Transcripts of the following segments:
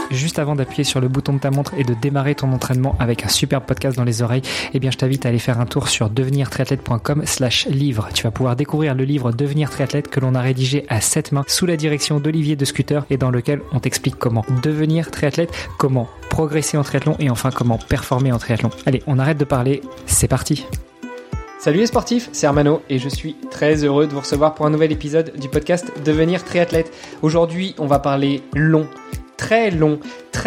juste avant d'appuyer sur le bouton de ta montre et de démarrer ton entraînement avec un superbe podcast dans les oreilles, eh bien je t'invite à aller faire un tour sur devenirtriathlète.com/livre. Tu vas pouvoir découvrir le livre Devenir triathlète que l'on a rédigé à 7 mains sous la direction d'Olivier de Scooter et dans lequel on t'explique comment devenir triathlète, comment progresser en triathlon et enfin comment performer en triathlon. Allez, on arrête de parler, c'est parti. Salut les sportifs, c'est Armano et je suis très heureux de vous recevoir pour un nouvel épisode du podcast Devenir triathlète. Aujourd'hui, on va parler long, très long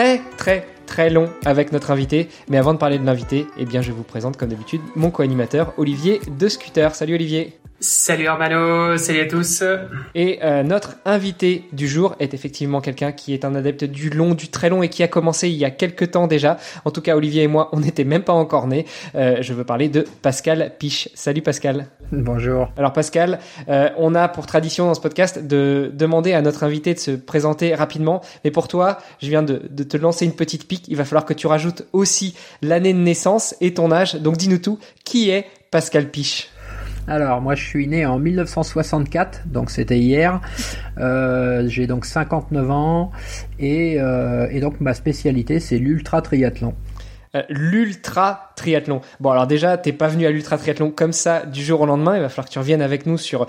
avec notre invité. Mais avant de parler de l'invité, eh bien, je vous présente comme d'habitude mon co-animateur Olivier de Scooter. Salut Olivier. Salut Armano, salut à tous. Et notre invité du jour est effectivement quelqu'un qui est un adepte du long, du très long et qui a commencé il y a quelques temps déjà. En tout cas, Olivier et moi, on n'était même pas encore nés. Je veux parler de Pascal Piche. Salut Pascal. Bonjour. Alors Pascal, on a pour tradition dans ce podcast de demander à notre invité de se présenter rapidement. Mais pour toi, je viens de te lancer une petite pique. Il va falloir que tu rajoutes aussi l'année de naissance et ton âge. Donc dis-nous tout. Qui est Pascal Piche ? Alors, moi, je suis né en 1964, donc c'était hier. J'ai donc 59 ans et donc ma spécialité, c'est l'ultra triathlon. L'ultra triathlon. Bon, alors déjà, t'es pas venu à l'ultra triathlon comme ça du jour au lendemain. Il va falloir que tu reviennes avec nous sur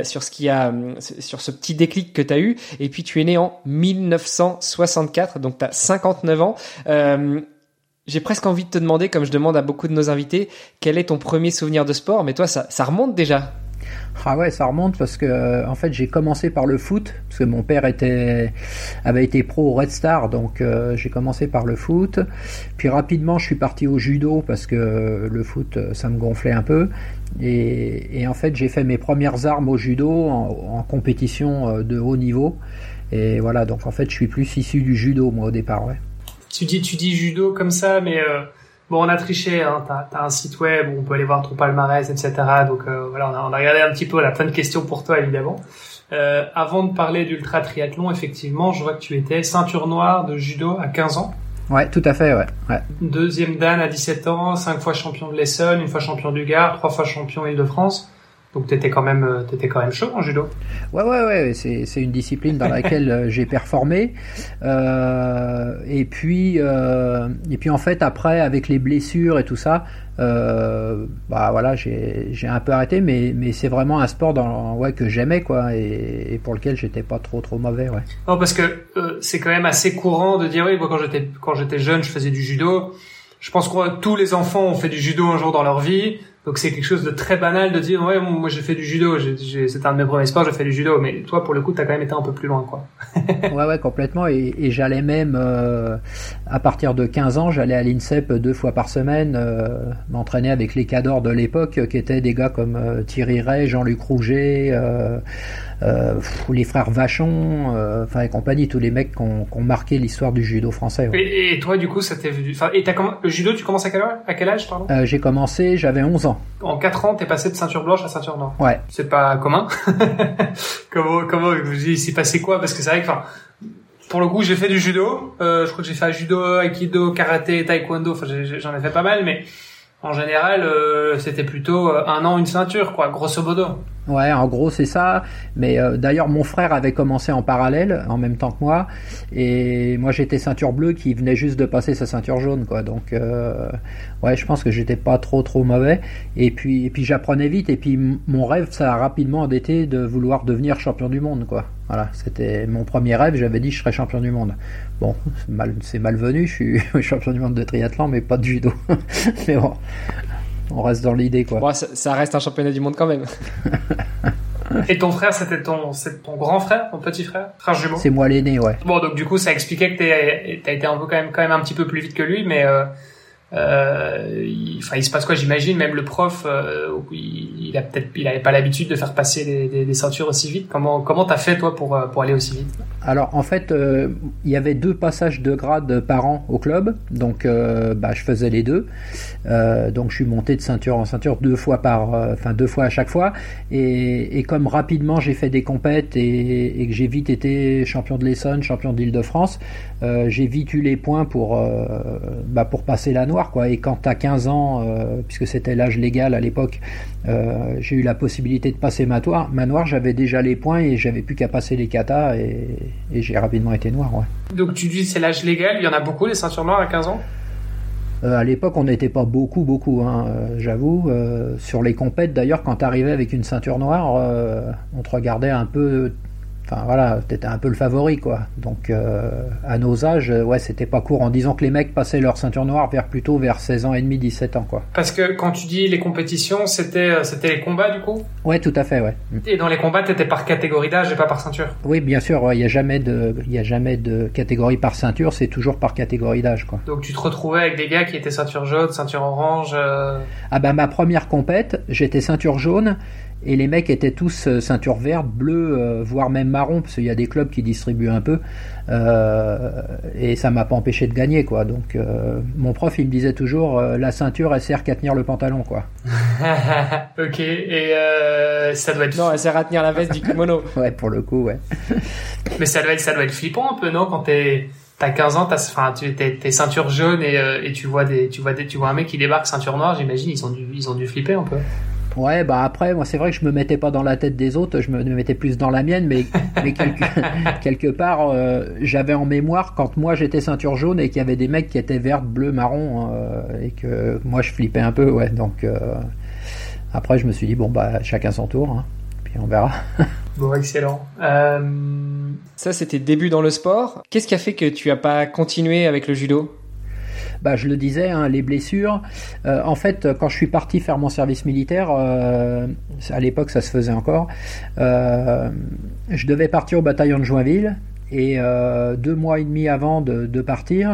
ce petit déclic que t'as eu. Et puis, tu es né en 1964, donc t'as 59 ans. J'ai presque envie de te demander, comme je demande à beaucoup de nos invités, quel est ton premier souvenir de sport? Mais toi, ça remonte déjà. Ah ouais, ça remonte parce que en fait j'ai commencé par le foot parce que mon père avait été pro au Red Star, donc j'ai commencé par le foot. Puis rapidement je suis parti au judo parce que le foot ça me gonflait un peu. Et en fait j'ai fait mes premières armes au judo en compétition de haut niveau. Et voilà, donc en fait je suis plus issu du judo moi au départ, ouais. Tu dis judo comme ça, mais bon, on a triché, hein. T'as un site web où on peut aller voir ton palmarès, etc. Donc voilà, on a regardé un petit peu, on a plein de questions pour toi évidemment. Avant de parler d'ultra triathlon, effectivement, je vois que tu étais ceinture noire de judo à 15 ans. Ouais, tout à fait, ouais. Deuxième dan à 17 ans, 5 fois champion de l'Essonne, 1 fois champion du Gard, 3 fois champion Île-de-France. Donc t'étais quand même chaud en judo. Ouais, c'est une discipline dans laquelle j'ai performé. Et puis en fait après avec les blessures et tout ça, voilà, j'ai un peu arrêté, mais c'est vraiment un sport que j'aimais quoi et pour lequel j'étais pas trop mauvais, ouais. Non, parce que c'est quand même assez courant de dire oui, moi quand j'étais jeune, je faisais du judo. Je pense que tous les enfants ont fait du judo un jour dans leur vie. Donc c'est quelque chose de très banal de dire ouais, moi j'ai fait du judo, c'était un de mes premiers sports, j'ai fait du judo, mais toi pour le coup t'as quand même été un peu plus loin quoi. ouais complètement, et j'allais même à partir de 15 ans j'allais à l'INSEP 2 fois par semaine m'entraîner avec les cadors de l'époque qui étaient des gars comme Thierry Ray, Jean-Luc Rouget, les frères Vachon, et compagnie, tous les mecs qui ont marqué l'histoire du judo français, ouais. Et toi du coup ça t'est venu, le judo tu commences à quel âge pardon? J'ai commencé, j'avais 11 ans. En 4 ans, t'es passé de ceinture blanche à ceinture noire. Ouais. C'est pas commun. Comment, il s'est passé quoi? Parce que c'est vrai que, pour le coup, j'ai fait du judo. Je crois que j'ai fait judo, aikido, karaté, taekwondo. J'en ai fait pas mal, mais en général, c'était plutôt 1 an, une ceinture, quoi, grosso modo. Ouais, en gros, c'est ça. Mais d'ailleurs, mon frère avait commencé en parallèle, en même temps que moi. Et moi, j'étais ceinture bleue qui venait juste de passer sa ceinture jaune, quoi. Donc, ouais, je pense que j'étais pas trop mauvais. Et puis j'apprenais vite. Et puis, mon rêve, ça a rapidement été de vouloir devenir champion du monde, quoi. Voilà, c'était mon premier rêve. J'avais dit que je serais champion du monde. Bon, c'est malvenu. Je suis champion du monde de triathlon, mais pas de judo. Mais bon. On reste dans l'idée, quoi. Bon, ça reste un championnat du monde quand même. Et ton frère, c'est ton grand frère, ton petit frère jumeau? C'est moi l'aîné, ouais. Bon, donc du coup, ça expliquait que t'as été un peu quand même un petit peu plus vite que lui, mais il se passe quoi, j'imagine, même le prof, il avait pas l'habitude de faire passer des ceintures aussi vite. Comment t'as fait toi pour aller aussi vite? Alors en fait, il y avait 2 passages de grade par an au club, donc je faisais les 2. Donc je suis monté de ceinture en ceinture 2 fois 2 fois à chaque fois. Et comme rapidement j'ai fait des compètes et que j'ai vite été champion de l'Essonne, champion d'Île-de-France, j'ai vite eu les points pour passer la noire. noir, quoi. Et quand t'as 15 ans, puisque c'était l'âge légal à l'époque, j'ai eu la possibilité de passer ma noire, j'avais déjà les points et j'avais plus qu'à passer les katas et j'ai rapidement été noir, ouais. Donc tu dis c'est l'âge légal, il y en a beaucoup des ceintures noires à 15 ans? À l'époque, on n'était pas beaucoup, hein, j'avoue. Sur les compètes, d'ailleurs, quand t'arrivais avec une ceinture noire, on te regardait un peu. Enfin voilà, t'étais un peu le favori, quoi. Donc à nos âges, ouais, c'était pas court. En disant que les mecs passaient leur ceinture noire plutôt vers 16 ans et demi, 17 ans, quoi. Parce que quand tu dis les compétitions, c'était les combats, du coup? Ouais, tout à fait, ouais. Et dans les combats, t'étais par catégorie d'âge et pas par ceinture? Oui, bien sûr, il y a jamais de catégorie par ceinture, c'est toujours par catégorie d'âge, quoi. Donc tu te retrouvais avec des gars qui étaient ceinture jaune, ceinture orange. Ah bah ma première compète, j'étais ceinture jaune. Et les mecs étaient tous ceinture verte, bleue, voire même marron, parce qu'il y a des clubs qui distribuent un peu. Et ça m'a pas empêché de gagner, quoi. Donc mon prof, il me disait toujours, la ceinture, elle sert qu'à tenir le pantalon, quoi. Ok, et ça doit être... Non, elle sert à tenir la veste du kimono. Ouais, pour le coup, ouais. Mais ça doit être flippant un peu, non? Quand t'as 15 ans, t'es ceinture jaune et tu vois un mec qui débarque ceinture noire, j'imagine, ils ont dû flipper un peu. Ouais, bah après, moi, c'est vrai que je me mettais pas dans la tête des autres, je me mettais plus dans la mienne, mais quelque part, j'avais en mémoire quand moi j'étais ceinture jaune et qu'il y avait des mecs qui étaient verts, bleus, marron, et que moi je flippais un peu, ouais. Donc après, je me suis dit bon bah chacun son tour, hein, puis on verra. Bon, excellent. Ça, c'était début dans le sport. Qu'est-ce qui a fait que tu as pas continué avec le judo? Bah, je le disais, hein, les blessures. En fait, quand je suis parti faire mon service militaire, à l'époque ça se faisait encore, je devais partir au bataillon de Joinville. Et 2 mois et demi avant de partir,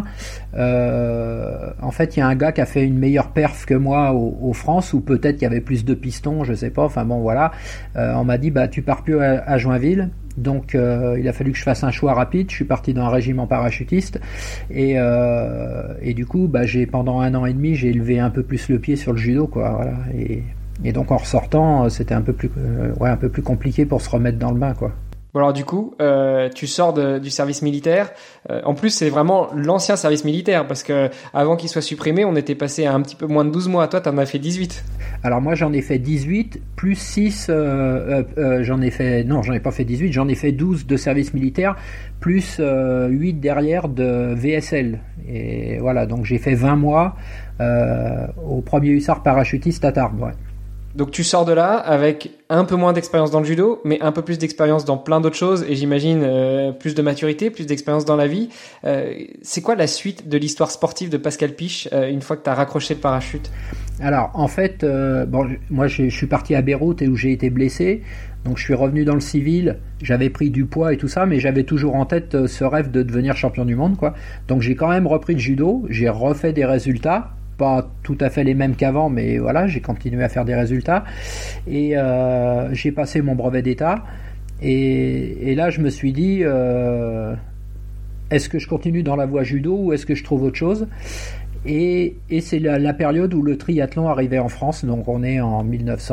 en fait, il y a un gars qui a fait une meilleure perf que moi au France, ou peut-être qu'il y avait plus de pistons, je sais pas. Enfin bon, voilà. On m'a dit, bah, tu pars plus à Joinville. Donc, il a fallu que je fasse un choix rapide. Je suis parti dans un régiment parachutiste. Et du coup, bah, pendant 1 an et demi, j'ai élevé un peu plus le pied sur le judo, quoi. Voilà. Et donc, en ressortant, c'était un peu plus compliqué pour se remettre dans le bain, quoi. Bon alors du coup, tu sors du service militaire. En plus, c'est vraiment l'ancien service militaire parce que avant qu'il soit supprimé, on était passé à un petit peu moins de 12 mois. Toi, t'en as fait 18. Alors moi, j'en ai fait 18 plus 6. J'en ai pas fait 18. J'en ai fait 12 de service militaire plus 8 derrière de VSL. Et voilà, donc j'ai fait 20 mois au 1er hussard parachutiste à Tarbes. Ouais. Donc tu sors de là avec un peu moins d'expérience dans le judo, mais un peu plus d'expérience dans plein d'autres choses, et j'imagine plus de maturité, plus d'expérience dans la vie. C'est quoi la suite de l'histoire sportive de Pascal Piche une fois que tu as raccroché le parachute? Alors en fait, moi je suis parti à Beyrouth et où j'ai été blessé, donc je suis revenu dans le civil, j'avais pris du poids et tout ça, mais j'avais toujours en tête ce rêve de devenir champion du monde, quoi. Donc j'ai quand même repris le judo, j'ai refait des résultats, pas tout à fait les mêmes qu'avant, mais voilà, j'ai continué à faire des résultats et j'ai passé mon brevet d'état et là je me suis dit est-ce que je continue dans la voie judo ou est-ce que je trouve autre chose, et c'est la période où le triathlon arrivait en France, donc on est en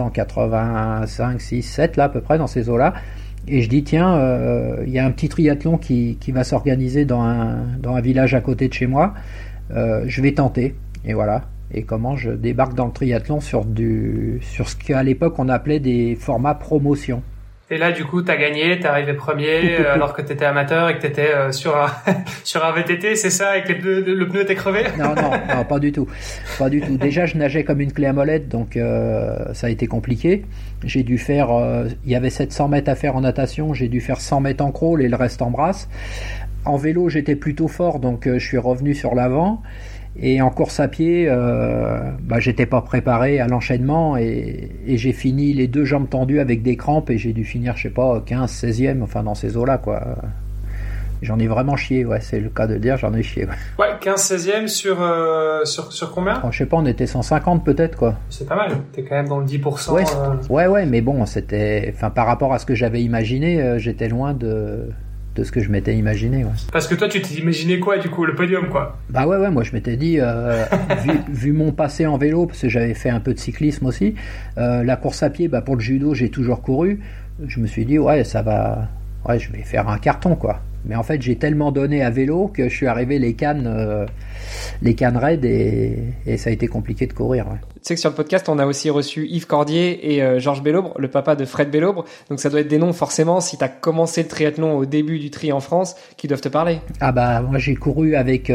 1985, 6, 7 là à peu près dans ces eaux-là. Et je dis tiens, il y a un petit triathlon qui va s'organiser dans un village à côté de chez moi, je vais tenter. Et voilà. Et comment je débarque dans le triathlon sur ce qu'à l'époque on appelait des formats promotion. Et là, du coup, t'as gagné, t'es arrivé premier, alors que t'étais amateur et que t'étais sur un VTT, c'est ça, avec le pneu était crevé? Non, pas du tout. Pas du tout. Déjà, je nageais comme une clé à molette, donc ça a été compliqué. J'ai dû faire, il y avait 700 mètres à faire en natation, j'ai dû faire 100 mètres en crawl et le reste en brasse. En vélo, j'étais plutôt fort, donc je suis revenu sur l'avant. Et en course à pied, j'étais pas préparé à l'enchaînement et j'ai fini les 2 jambes tendues avec des crampes et j'ai dû finir, je sais pas, 15, 16e, enfin dans ces eaux-là, quoi. J'en ai vraiment chié, ouais, c'est le cas de le dire, j'en ai chié. Ouais, 15, 16e sur combien? Je sais pas, on était 150 peut-être, quoi. C'est pas mal, t'es quand même dans le 10%. Ouais, mais bon, c'était, enfin, par rapport à ce que j'avais imaginé, j'étais loin de ce que je m'étais imaginé, ouais. Parce que toi, tu t'es imaginé quoi, du coup, le podium, quoi? Bah ouais, moi je m'étais dit, vu mon passé en vélo, parce que j'avais fait un peu de cyclisme aussi, la course à pied, pour le judo, j'ai toujours couru. Je me suis dit, ouais, ça va je vais faire un carton, quoi. Mais en fait, j'ai tellement donné à vélo que je suis arrivé les cannes raides et ça a été compliqué de courir. Ouais. Tu sais que sur le podcast, on a aussi reçu Yves Cordier et Georges Bellobre, le papa de Fred Bellobre. Donc ça doit être des noms forcément, si tu as commencé le triathlon au début du tri en France, qui doivent te parler. Ah bah moi j'ai couru avec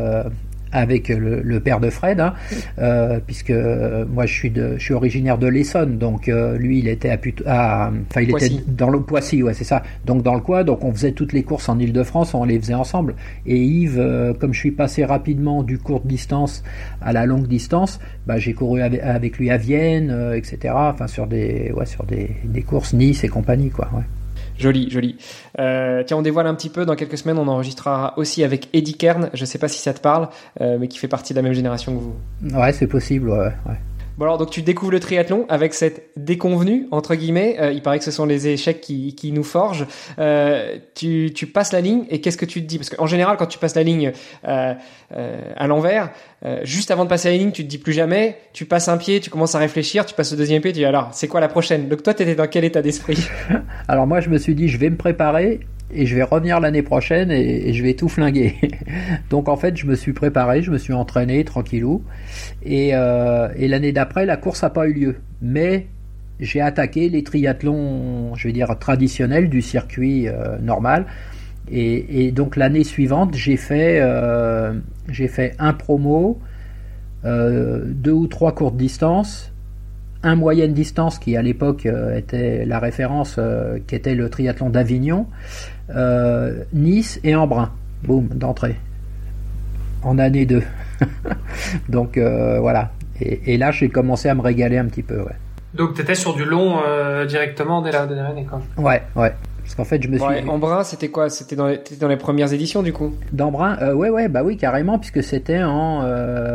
le père de Fred, hein, puisque moi je suis originaire de l'Essonne, donc lui il était était dans le Poissy, ouais c'est ça, donc dans le coin, donc on faisait toutes les courses en Île-de-France, on les faisait ensemble. Et Yves, comme je suis passé rapidement du courte distance à la longue distance, bah j'ai couru avec lui à Vienne, etc. Enfin sur des courses Nice et compagnie, quoi. Ouais. Joli. Tiens, on dévoile un petit peu, dans quelques semaines, on enregistrera aussi avec Eddy Kern, je sais pas si ça te parle, mais qui fait partie de la même génération que vous. Ouais, c'est possible, ouais. Bon alors, donc tu découvres le triathlon avec cette déconvenue, entre guillemets, il paraît que ce sont les échecs qui nous forgent. Tu passes la ligne et qu'est-ce que tu te dis? Parce qu'en général, quand tu passes la ligne à l'envers, juste avant de passer la ligne, tu te dis plus jamais, tu passes un pied, tu commences à réfléchir, tu passes le deuxième pied, tu dis alors, c'est quoi la prochaine? Donc toi, t'étais dans quel état d'esprit? Alors moi, je me suis dit, je vais me préparer et je vais revenir l'année prochaine et je vais tout flinguer. Donc en fait, je me suis préparé, je me suis entraîné tranquillou et l'année d'après, la course n'a pas eu lieu. Mais j'ai attaqué les triathlons, je vais dire traditionnels du circuit normal. Et donc l'année suivante, j'ai fait un promo, 2 ou 3 courtes distances, un moyenne distance qui à l'époque était la référence, qui était le triathlon d'Avignon, Nice et Embrun. Boum, d'entrée. En année 2. Donc voilà. Et là, j'ai commencé à me régaler un petit peu. Ouais. Donc tu étais sur du long directement dès la dernière année, quoi. Ouais. Parce qu'en fait, je me suis... Embrun, c'était quoi? T'étais dans les premières éditions, du coup? D'Embrun, bah oui, carrément, puisque c'était en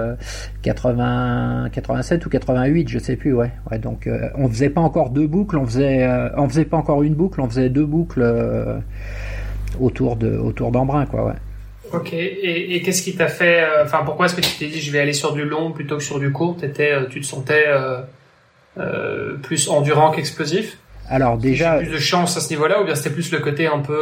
87 ou 88, je sais plus, ouais. Donc, on faisait pas encore 2 boucles, on faisait pas encore une boucle, on faisait 2 boucles autour d'Embrun, quoi, ouais. Ok, et qu'est-ce qui t'a fait... pourquoi est-ce que tu t'es dit je vais aller sur du long plutôt que sur du court? Tu te sentais plus endurant qu'explosif? Alors déjà, plus de chance à ce niveau-là, ou bien c'était plus le côté un peu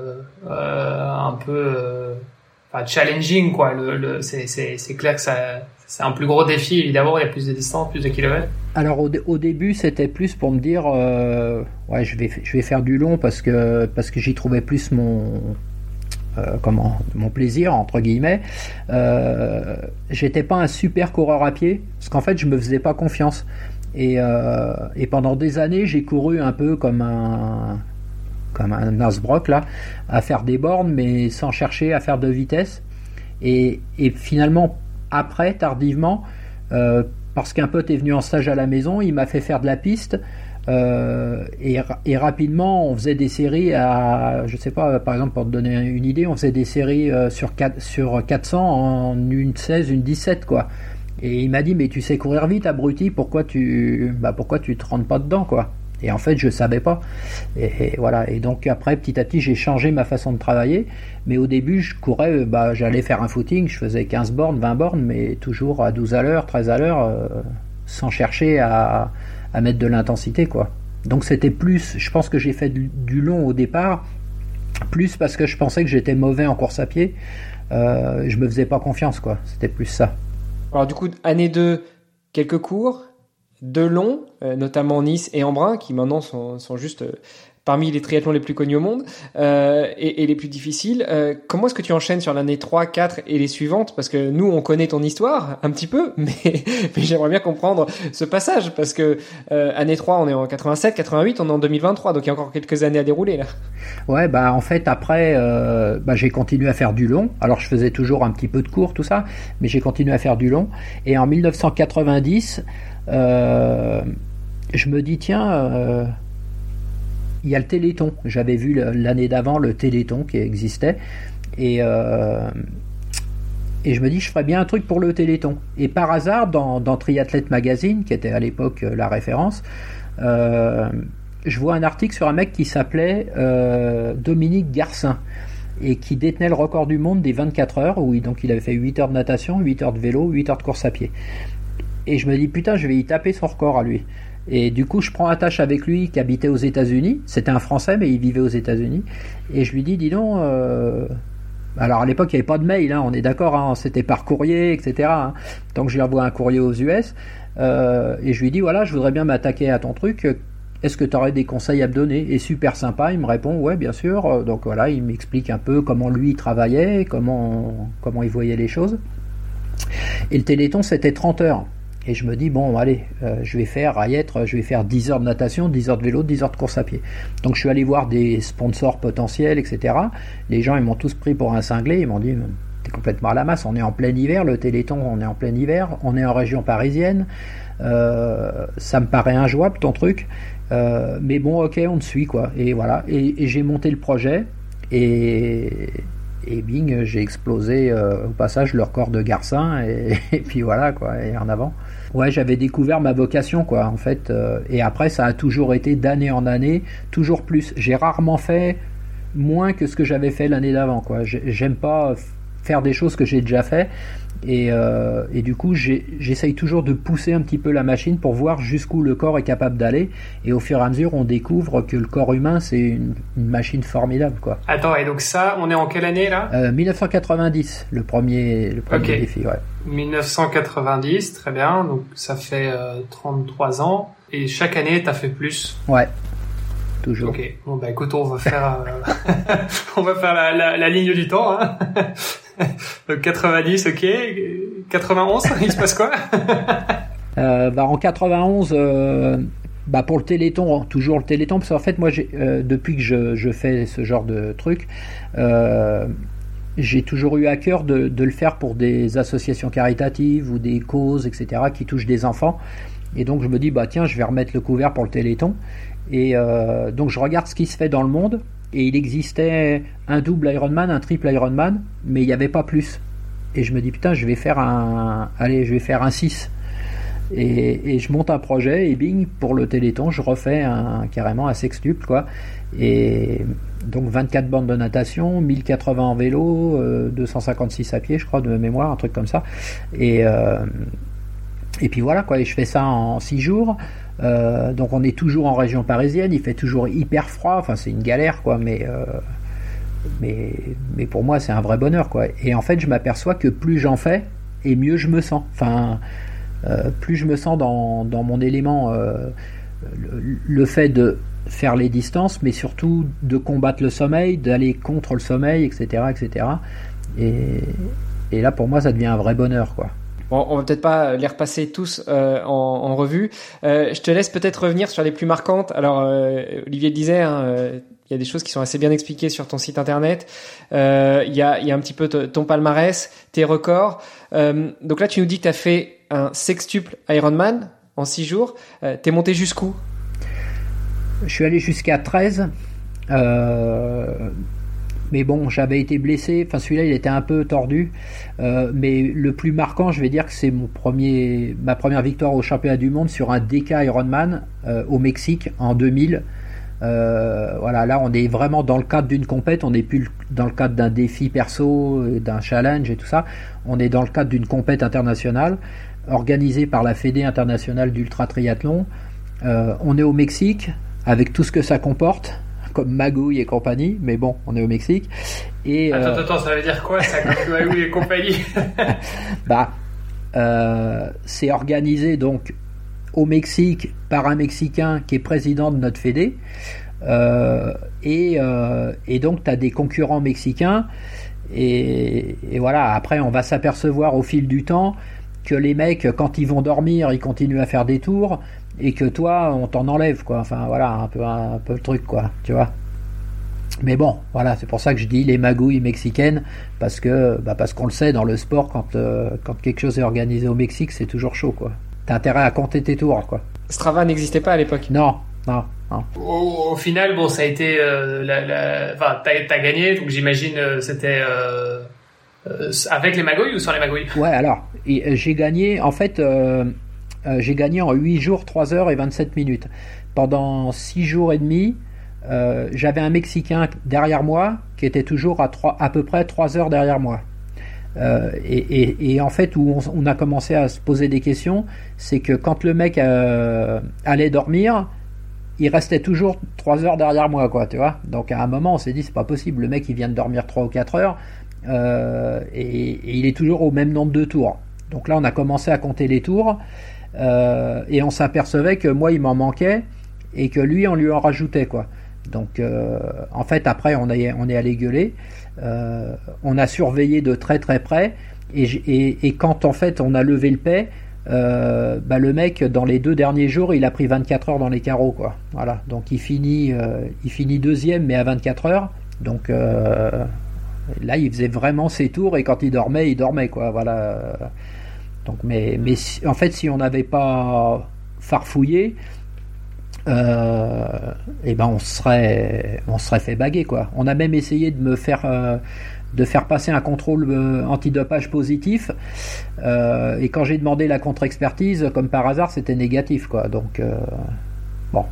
challenging, quoi. C'est clair que c'est un plus gros défi, évidemment. Il y a plus de distance, plus de kilomètres. Alors au début, c'était plus pour me dire, je vais faire du long parce que j'y trouvais plus mon plaisir, entre guillemets. J'étais pas un super coureur à pied parce qu'en fait, je me faisais pas confiance. Et pendant des années, j'ai couru un peu comme un Nasbrock là, à faire des bornes, mais sans chercher à faire de vitesse. Et finalement, après, tardivement, parce qu'un pote est venu en stage à la maison, il m'a fait faire de la piste. Et rapidement, on faisait des séries à, je sais pas, par exemple, pour te donner une idée, on faisait des séries sur 400 en une 16, une 17, quoi. Et il m'a dit, mais tu sais courir vite, abruti, pourquoi tu te rentres pas dedans, quoi. Et en fait, je savais pas. Et voilà. Et donc après, petit à petit, j'ai changé ma façon de travailler. Mais au début, je courais, j'allais faire un footing, je faisais 15 bornes, 20 bornes, mais toujours à 12 à l'heure, 13 à l'heure, sans chercher à mettre de l'intensité, quoi. Donc c'était plus, je pense que j'ai fait du long au départ, plus parce que je pensais que j'étais mauvais en course à pied. Je me faisais pas confiance, quoi. C'était plus ça. Alors du coup, année 2, quelques cours, 2 longs, notamment Nice et Embrun, qui maintenant sont juste parmi les triathlons les plus connus au monde et les plus difficiles. Comment est-ce que tu enchaînes sur l'année 3, 4 et les suivantes? Parce que nous, on connaît ton histoire un petit peu, mais j'aimerais bien comprendre ce passage, parce que année 3, on est en 87, 88, on est en 2023, donc il y a encore quelques années à dérouler là. Ouais, en fait, après, j'ai continué à faire du long. Alors, je faisais toujours un petit peu de cours, tout ça, mais j'ai continué à faire du long. Et en 1990, je me dis, tiens... il y a le Téléthon. J'avais vu l'année d'avant le Téléthon qui existait. Et je me dis, je ferais bien un truc pour le Téléthon. Et par hasard, dans Triathlète Magazine, qui était à l'époque la référence, je vois un article sur un mec qui s'appelait Dominique Garcin et qui détenait le record du monde des 24 heures, où donc il avait fait 8 heures de natation, 8 heures de vélo, 8 heures de course à pied. Et je me dis, putain, je vais y taper son record à lui. Et du coup, je prends attache avec lui qui habitait aux États-Unis. C'était un Français, mais il vivait aux États-Unis. Et je lui dis donc, alors à l'époque, il n'y avait pas de mail, hein, on est d'accord, hein, c'était par courrier, etc. Hein. Donc je lui envoie un courrier aux US. Et je lui dis, voilà, je voudrais bien m'attaquer à ton truc. Est-ce que tu aurais des conseils à me donner? Et super sympa, il me répond, ouais, bien sûr. Donc voilà, il m'explique un peu comment lui il travaillait, comment il voyait les choses. Et le Téléthon, c'était 30 heures. Et je me dis, bon, allez, je vais faire 10 heures de natation, 10 heures de vélo, 10 heures de course à pied. Donc je suis allé voir des sponsors potentiels, etc. Les gens, ils m'ont tous pris pour un cinglé. Ils m'ont dit, t'es complètement à la masse, on est en plein hiver, le Téléthon, on est en plein hiver, on est en région parisienne. Ça me paraît injouable, ton truc. Mais bon, ok, on te suit, quoi. Et voilà. Et j'ai monté le projet. Et bing, j'ai explosé au passage le record de Garcin et puis voilà quoi, et en avant. Ouais, j'avais découvert ma vocation quoi en fait, et après ça a toujours été d'année en année, toujours plus. J'ai rarement fait moins que ce que j'avais fait l'année d'avant quoi. J'aime pas faire des choses que j'ai déjà fait et du coup j'essaye toujours de pousser un petit peu la machine pour voir jusqu'où le corps est capable d'aller, et au fur et à mesure on découvre que le corps humain c'est une machine formidable quoi. Attends, et donc ça, on est en quelle année là? 1990, le premier okay. Défi, ouais. 1990, très bien, donc ça fait 33 ans, et chaque année t'as fait plus? Ouais. Toujours. Ok, bon bah écoute, on va faire la ligne du temps, hein. Donc 90, ok. 91, il se passe quoi? En 91, pour le Téléthon, toujours le Téléthon, parce qu'en fait moi depuis que je fais ce genre de truc, j'ai toujours eu à cœur de le faire pour des associations caritatives ou des causes, etc., qui touchent des enfants. Et donc je me dis, tiens, je vais remettre le couvert pour le Téléthon. Et donc je regarde ce qui se fait dans le monde, et il existait un double Ironman, un triple Ironman, mais il n'y avait pas plus. Et je me dis putain, je vais faire un 6. Et je monte un projet, et bing, pour le Téléthon, je refais carrément un sextuple quoi. Et donc 24 bandes de natation, 1080 en vélo, 256 à pied, je crois, de mémoire, un truc comme ça. Et puis voilà quoi, et je fais ça en 6 jours. Donc on est toujours en région parisienne, il fait toujours hyper froid, enfin c'est une galère quoi, mais pour moi c'est un vrai bonheur quoi. Et en fait je m'aperçois que plus j'en fais et mieux je me sens, enfin plus je me sens dans mon élément, le fait de faire les distances, mais surtout de combattre le sommeil, d'aller contre le sommeil, etc. Et là pour moi ça devient un vrai bonheur quoi. Bon, on va peut-être pas les repasser tous en revue. Je te laisse peut-être revenir sur les plus marquantes. Alors, Olivier le disait, il y a des choses qui sont assez bien expliquées sur ton site internet. Il y a un petit peu ton palmarès, tes records. Donc là, tu nous dis que tu as fait un sextuple Ironman en 6 jours. T'es monté jusqu'où? Je suis allé jusqu'à 13. Mais bon, j'avais été blessé. Enfin, celui-là, il était un peu tordu. Mais le plus marquant, je vais dire que c'est ma première victoire au championnat du monde sur un DK Ironman au Mexique en 2000. Voilà, là, on est vraiment dans le cadre d'une compète. On n'est plus dans le cadre d'un défi perso, d'un challenge et tout ça. On est dans le cadre d'une compète internationale organisée par la Fédé internationale d'ultra triathlon. On est au Mexique avec tout ce que ça comporte, comme magouille et compagnie, mais bon, on est au Mexique. Et attends, ça veut dire quoi ça, comme magouille et compagnie? C'est organisé donc au Mexique par un Mexicain qui est président de notre fédé, et donc tu as des concurrents mexicains, et voilà, après on va s'apercevoir au fil du temps que les mecs, quand ils vont dormir, ils continuent à faire des tours, et que toi on t'en enlève quoi, enfin voilà, un peu le truc quoi, tu vois. Mais bon, voilà, c'est pour ça que je dis les magouilles mexicaines, parce qu'on le sait dans le sport, quand quelque chose est organisé au Mexique, c'est toujours chaud quoi. T'as intérêt à compter tes tours quoi. Strava n'existait pas à l'époque. Non. Au final, bon, ça a été t'as gagné, donc j'imagine c'était avec les magouilles ou sans les magouilles? Ouais, alors j'ai gagné en fait. J'ai gagné en 8 jours, 3 heures et 27 minutes. Pendant 6 jours et demi, j'avais un Mexicain derrière moi qui était toujours à peu près 3 heures derrière moi. Et en fait, où on a commencé à se poser des questions, c'est que quand le mec allait dormir, il restait toujours 3 heures derrière moi, quoi, tu vois. Donc à un moment, on s'est dit, c'est pas possible, le mec il vient de dormir 3 ou 4 heures, et il est toujours au même nombre de tours. Donc là, on a commencé à compter les tours, et on s'apercevait que moi, il m'en manquait, et que lui, on lui en rajoutait, quoi. Donc en fait, après, on est allé gueuler, on a surveillé de très très près, et quand en fait on a levé le paie, le mec, dans les 2 derniers jours, il a pris 24 heures dans les carreaux, quoi. Voilà. Donc il finit deuxième, mais à 24 heures. Donc là, il faisait vraiment ses tours, et quand il dormait, quoi. Voilà. Donc, mais en fait, si on n'avait pas farfouillé, on se serait fait baguer, quoi. On a même essayé de faire passer un contrôle antidopage positif, et quand j'ai demandé la contre-expertise, comme par hasard, c'était négatif, quoi. Donc bon,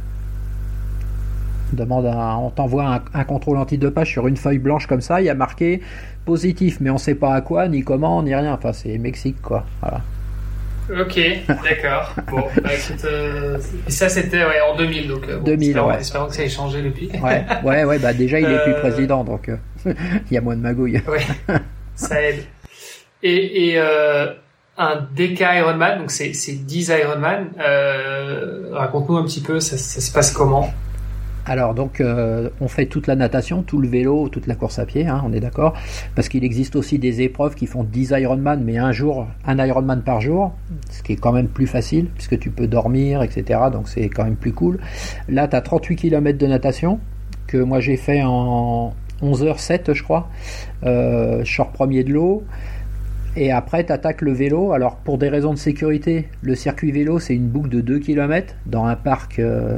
on t'envoie un contrôle antidopage sur une feuille blanche comme ça, il y a marqué positif, mais on sait pas à quoi, ni comment, ni rien. Enfin, c'est Mexique, quoi. Voilà. Ok, d'accord. Bon, écoute, et ça c'était en 2000, donc 2000, espérons que ça ait changé depuis. Ouais, déjà il est plus président, donc il y a moins de magouilles. Ouais, ça aide. Et un DK Ironman, donc c'est 10 Ironman. Raconte-nous un petit peu, ça se passe comment? Alors donc on fait toute la natation, tout le vélo, toute la course à pied, hein, on est d'accord, parce qu'il existe aussi des épreuves qui font 10 Ironman, mais un Ironman par jour, ce qui est quand même plus facile, puisque tu peux dormir, etc. Donc c'est quand même plus cool. Là tu as 38 km de natation, que moi j'ai fait en 11h07 je crois, je sors premier de l'eau. Et après, tu attaques le vélo. Alors, pour des raisons de sécurité, le circuit vélo, c'est une boucle de 2 km dans un parc.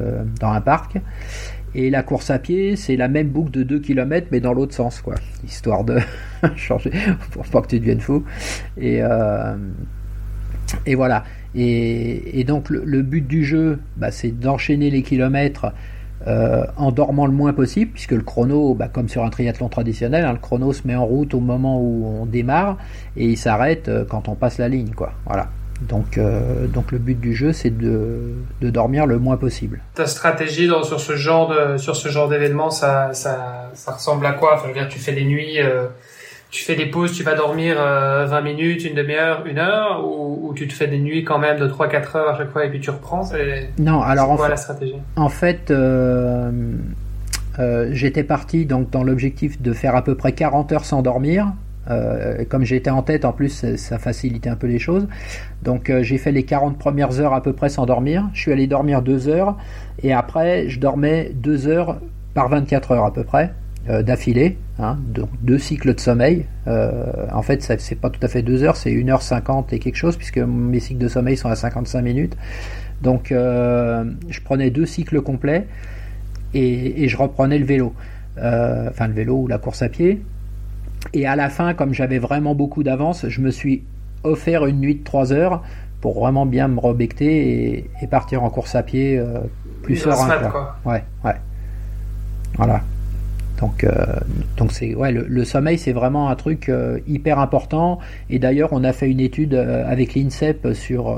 Et la course à pied, c'est la même boucle de 2 km, mais dans l'autre sens, quoi. Histoire de changer, pour pas que tu deviennes fou. Et voilà. Et donc, le but du jeu, c'est d'enchaîner les kilomètres en dormant le moins possible, puisque le chrono, comme sur un triathlon traditionnel, hein, le chrono se met en route au moment où on démarre, et il s'arrête quand on passe la ligne, quoi. Voilà. Donc le but du jeu, c'est de dormir le moins possible. Ta stratégie sur ce genre d'événement, ça ressemble à quoi? Enfin, je veux dire, tu fais des nuits, tu fais des pauses, tu vas dormir 20 minutes, une demi-heure, 1 heure, ou tu te fais des nuits quand même de 3-4 heures à chaque fois et puis tu reprends? Non, alors c'est quoi la stratégie? En fait, j'étais parti donc dans l'objectif de faire à peu près 40 heures sans dormir. Comme j'étais en tête, en plus ça facilitait un peu les choses, donc j'ai fait les 40 premières heures à peu près sans dormir. Je suis allé dormir 2 heures, et après je dormais 2 heures par 24 heures à peu près, d'affilée, hein, donc 2 cycles de sommeil. En fait c'est pas tout à fait 2 heures, c'est 1h50 et quelque chose, puisque mes cycles de sommeil sont à 55 minutes. Donc je prenais 2 cycles complets, et je reprenais le vélo, le vélo ou la course à pied. Et à la fin, comme j'avais vraiment beaucoup d'avance, je me suis offert une nuit de 3 heures pour vraiment bien me rebecter et partir en course à pied plus serein, quoi. Ouais. Voilà. Donc c'est le sommeil, c'est vraiment un truc hyper important. Et d'ailleurs, on a fait une étude avec l'INSEP sur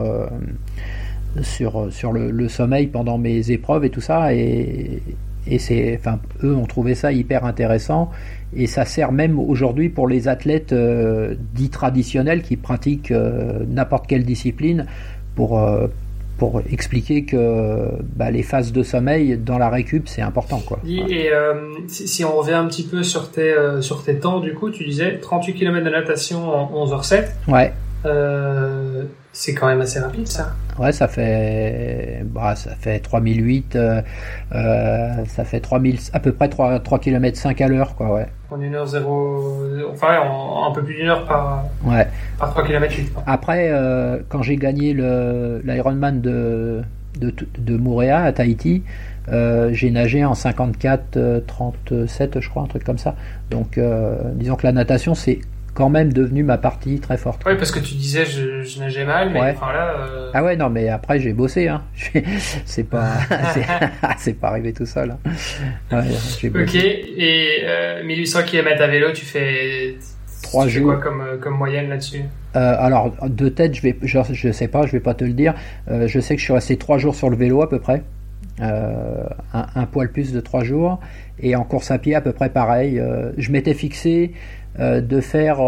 le sommeil pendant mes épreuves et tout ça, et eux ont trouvé ça hyper intéressant, et ça sert même aujourd'hui pour les athlètes dits traditionnels qui pratiquent n'importe quelle discipline, pour expliquer que les phases de sommeil dans la récup, c'est important, quoi. Et si on revient un petit peu sur tes temps, du coup, tu disais 38 km de natation en 11h07. Ouais. C'est quand même assez rapide, ça. Ouais, ça fait 3008, ça fait 3000, à peu près 3 km 5 à l'heure, quoi, ouais. En 1h0, enfin, en un peu plus d'une heure par 3 km 8. Après, quand j'ai gagné l'Ironman de Moorea à Tahiti, j'ai nagé en 54-37, je crois, un truc comme ça. Donc, disons que la natation, c'est quand même devenu ma partie très forte. Oui, parce que tu disais je nageais mal, mais enfin là... Ah ouais, non, mais après j'ai bossé, hein. C'est pas arrivé tout seul, hein. Ouais, j'ai bossé. Ok, et 1800 km à vélo, tu fais 3 jours. Quoi comme moyenne là-dessus? Alors, de tête, je sais pas, je vais pas te le dire. Je sais que je suis resté 3 jours sur le vélo à peu près. Un poil plus de 3 jours. Et en course à pied, à peu près pareil. Je m'étais fixé de faire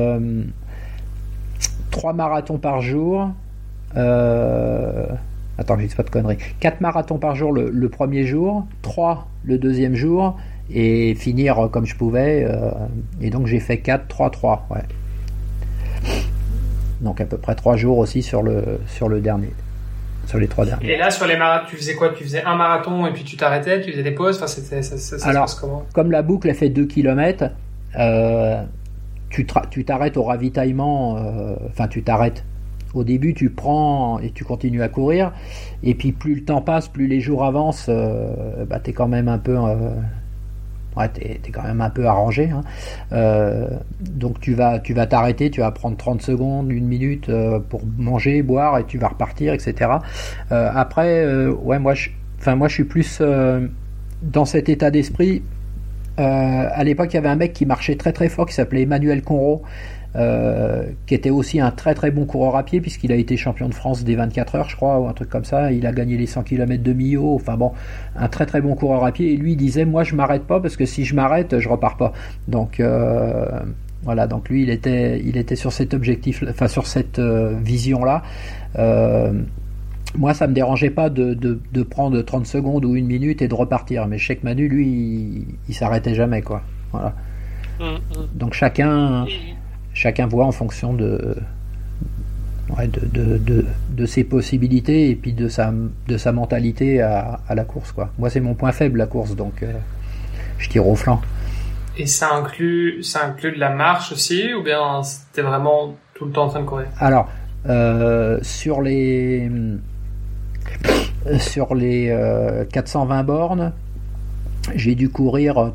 3 marathons par jour. Attends, je dis pas de conneries. 4 marathons par jour le premier jour, 3 le deuxième jour, et finir comme je pouvais. Et donc j'ai fait 4, 3, 3. Ouais. Donc à peu près 3 jours aussi sur le dernier. Sur les 3 derniers. Et là, sur les marathons, tu faisais quoi? Tu faisais un marathon et puis tu t'arrêtais, tu faisais des pauses? Enfin, ça se passe comment? Comme la boucle, elle fait 2 km, tu t'arrêtes au ravitaillement, tu t'arrêtes. Au début, tu prends et tu continues à courir, et puis plus le temps passe, plus les jours avancent, t'es quand même un peu, t'es quand même un peu arrangé. Hein. Donc tu vas t'arrêter, tu vas prendre 30 secondes, 1 minute pour manger, boire, et tu vas repartir, etc. Après, moi je suis plus dans cet état d'esprit. À l'époque, il y avait un mec qui marchait très très fort qui s'appelait Emmanuel Conro. Qui était aussi un très très bon coureur à pied, puisqu'il a été champion de France des 24 heures, je crois, ou un truc comme ça. Il a gagné les 100 km de Millau. Enfin bon, un très très bon coureur à pied. Et lui, il disait, moi je m'arrête pas, parce que si je m'arrête, je repars pas. Donc voilà, donc lui il était sur cet objectif, enfin sur cette vision là. Moi, ça me dérangeait pas de prendre 30 secondes ou 1 minute et de repartir. Mais je sais que Manu, lui, il s'arrêtait jamais, quoi. Voilà. Donc chacun voit en fonction de ses possibilités et puis de sa mentalité à la course, quoi. Moi, c'est mon point faible, la course, donc je tire au flanc. Et ça inclut de la marche aussi, ou bien c'était vraiment tout le temps en train de courir? Alors, sur les 420 bornes, j'ai dû courir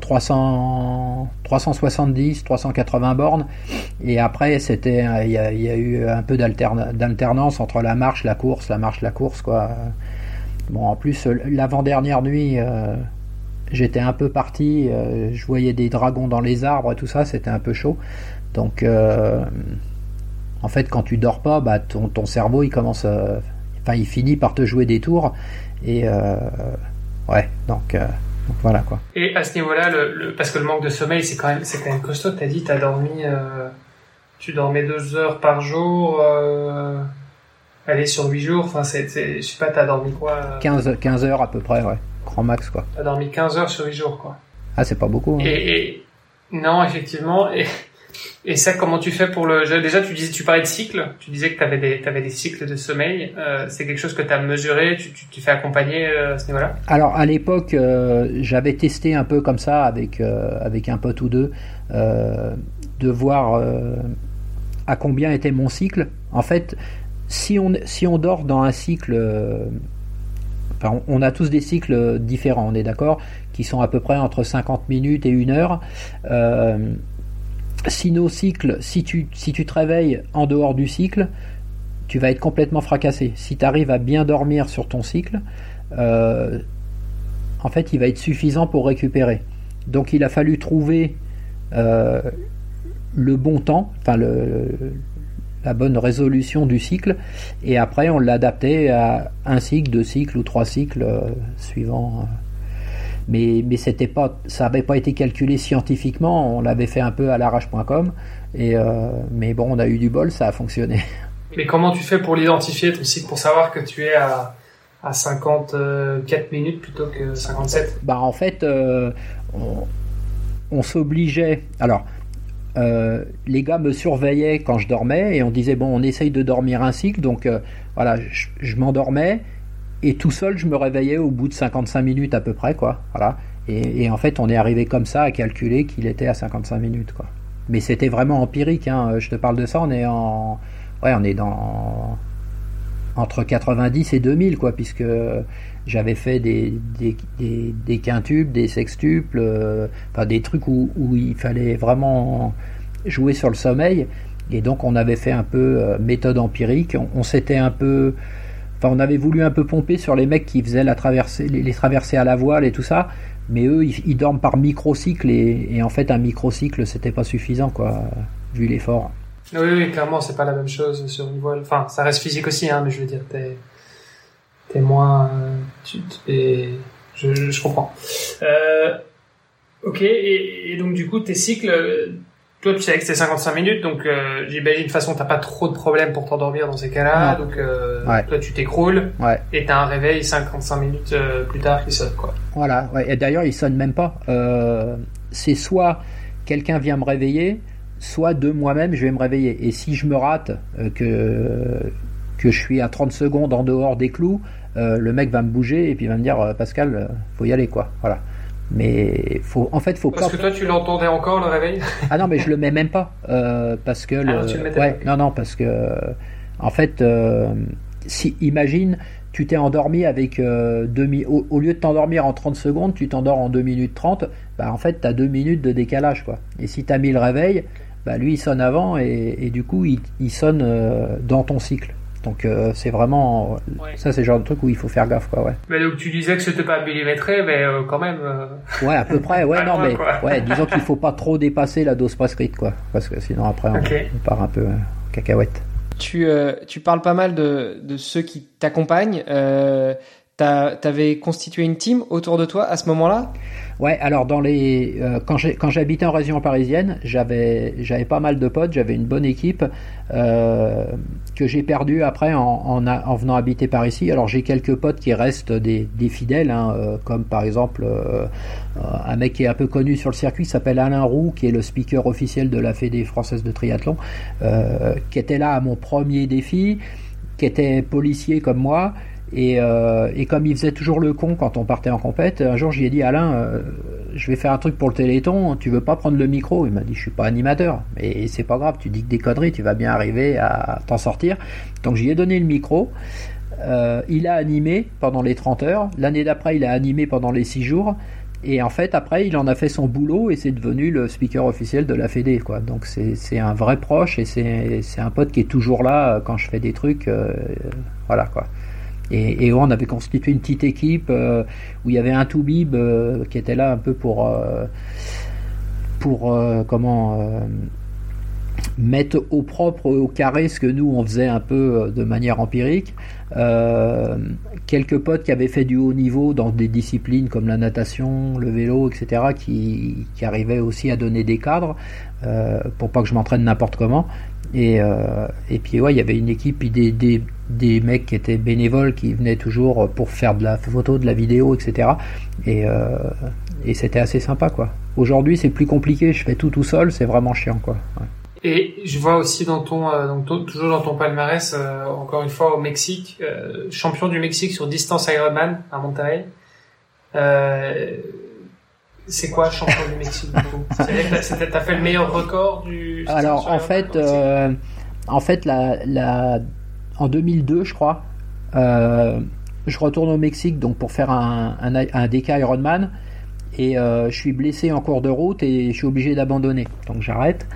370, 380 bornes, et après il y a eu un peu d'alternance entre la marche, la course, quoi. Bon, en plus l'avant-dernière nuit, j'étais un peu parti, je voyais des dragons dans les arbres et tout ça, c'était un peu chaud. Donc en fait, quand tu dors pas, ton cerveau il finit par te jouer des tours, et donc voilà, quoi. Et à ce niveau-là, parce que le manque de sommeil, c'est quand même costaud. T'as dit, tu dormais 2 heures par jour, sur 8 jours. Enfin, je sais pas, t'as dormi quoi? 15 heures à peu près, ouais. Grand max, quoi. T'as dormi 15 heures sur 8 jours, quoi. Ah, c'est pas beaucoup, hein. Non, effectivement. Et ça, comment tu fais pour déjà, tu parlais de cycle. Tu disais que t'avais des cycles de sommeil. C'est quelque chose que t'as mesuré. Tu fais accompagner à ce niveau-là? Alors, à l'époque, j'avais testé un peu comme ça avec un pote ou deux, de voir à combien était mon cycle. En fait, si on dort dans un cycle, on a tous des cycles différents, on est d'accord, qui sont à peu près entre 50 minutes et 1 heure. Si nos cycles, si tu te réveilles en dehors du cycle, tu vas être complètement fracassé. Si tu arrives à bien dormir sur ton cycle, en fait, il va être suffisant pour récupérer. Donc, il a fallu trouver le bon temps, la bonne résolution du cycle, et après, on l'a adapté à 1 cycle, 2 cycles ou 3 cycles suivant. Mais ça n'avait pas été calculé scientifiquement, on l'avait fait un peu à l'arrache.com, mais bon, on a eu du bol, ça a fonctionné. Mais comment tu fais pour l'identifier, ton cycle, pour savoir que tu es à 54 minutes plutôt que 57? En fait, on s'obligeait. Alors, les gars me surveillaient quand je dormais, et on disait, bon, on essaye de dormir un cycle, donc voilà, je m'endormais, et tout seul, je me réveillais au bout de 55 minutes à peu près, quoi. Voilà. Et en fait, on est arrivé comme ça à calculer qu'il était à 55 minutes, quoi. Mais c'était vraiment empirique, hein. Je te parle de ça, on est dans entre 90 et 2000, quoi, puisque j'avais fait des quintuples, des sextuples, des trucs où il fallait vraiment jouer sur le sommeil. Et donc, on avait fait un peu méthode empirique. On s'était un peu... on avait voulu un peu pomper sur les mecs qui faisaient les traversées à la voile et tout ça, mais eux, ils dorment par microcycle, et en fait, un microcycle, c'était pas suffisant, quoi. vu l'effort. Oui, clairement, c'est pas la même chose sur une voile. Enfin, ça reste physique aussi, hein, mais je veux dire, t'es moins, je comprends. Ok, et donc du coup, tes cycles, toi, tu savais que c'était 55 minutes, donc j'imagine de toute façon, t'as pas trop de problèmes pour t'endormir dans ces cas-là, non. donc Ouais. toi, tu t'écroules, Ouais. et t'as un réveil 55 minutes plus tard qui sonne, quoi. Voilà, ouais. Et d'ailleurs, il sonne même pas. C'est soit quelqu'un vient me réveiller, soit de moi-même, je vais me réveiller. Et si je me rate, que je suis à 30 secondes en dehors des clous, le mec va me bouger et puis va me dire Pascal, faut y aller, quoi. Voilà. Mais faut Parce pas. que toi, tu l'entendais encore, le réveil? Ah non, mais je le mets même pas parce que non, tu le mettais pas. non, parce que en fait, si imagine, tu t'es endormi avec au lieu de t'endormir en 30 secondes, tu t'endors en 2 minutes 30, bah en fait, tu as 2 minutes de décalage, quoi. Et si tu as mis le réveil, bah lui il sonne avant et du coup il sonne dans ton cycle. Donc c'est vraiment ça, c'est le genre de truc où il faut faire gaffe, quoi. Ouais. Mais donc tu disais que c'était pas millimétré, mais quand même. Ouais, à peu près. Ouais, non, loin, mais quoi. ouais, disons qu'il faut pas trop dépasser la dose prescrite, quoi, parce que sinon après on part un peu cacahuète. Tu parles pas mal de ceux qui t'accompagnent. T'avais constitué une team autour de toi à ce moment-là? Ouais, alors quand j'habitais en région parisienne, j'avais pas mal de potes, j'avais une bonne équipe que j'ai perdue après en venant habiter par ici. Alors j'ai quelques potes qui restent des fidèles, hein, comme par exemple un mec qui est un peu connu sur le circuit, qui s'appelle Alain Roux, qui est le speaker officiel de la Fédé française de triathlon, qui était là à mon premier défi, qui était policier comme moi. Et comme il faisait toujours le con quand on partait en compète, un jour j'y ai dit Alain, je vais faire un truc pour le Téléthon, tu veux pas prendre le micro? Il m'a dit je suis pas animateur, mais c'est pas grave, tu dis que des conneries, tu vas bien arriver à t'en sortir. Donc j'y ai donné le micro, il a animé pendant les 30 heures, l'année d'après il a animé pendant les 6 jours, et en fait après il en a fait son boulot et c'est devenu le speaker officiel de la Fédé, quoi. Donc c'est un vrai proche et c'est un pote qui est toujours là quand je fais des trucs, voilà, quoi. Et on avait constitué une petite équipe où il y avait un Toubib qui était là un peu pour mettre au propre, au carré ce que nous on faisait un peu de manière empirique. Quelques potes qui avaient fait du haut niveau dans des disciplines comme la natation, le vélo, etc., qui arrivaient aussi à donner des cadres pour pas que je m'entraîne n'importe comment. Et puis ouais, il y avait une équipe, puis des mecs qui étaient bénévoles, qui venaient toujours pour faire de la photo, de la vidéo, etc. Et c'était assez sympa, quoi. Aujourd'hui c'est plus compliqué, je fais tout seul, c'est vraiment chiant, quoi. Ouais. Et je vois aussi dans toujours dans ton palmarès, encore une fois au Mexique, champion du Mexique sur distance Ironman à Monterrey. C'est quoi champion du Mexique? C'est-à-dire que t'as fait le meilleur record du. Alors en fait, en 2002, je crois, je retourne au Mexique donc pour faire un DK Ironman. Et je suis blessé en cours de route et je suis obligé d'abandonner. Donc j'arrête.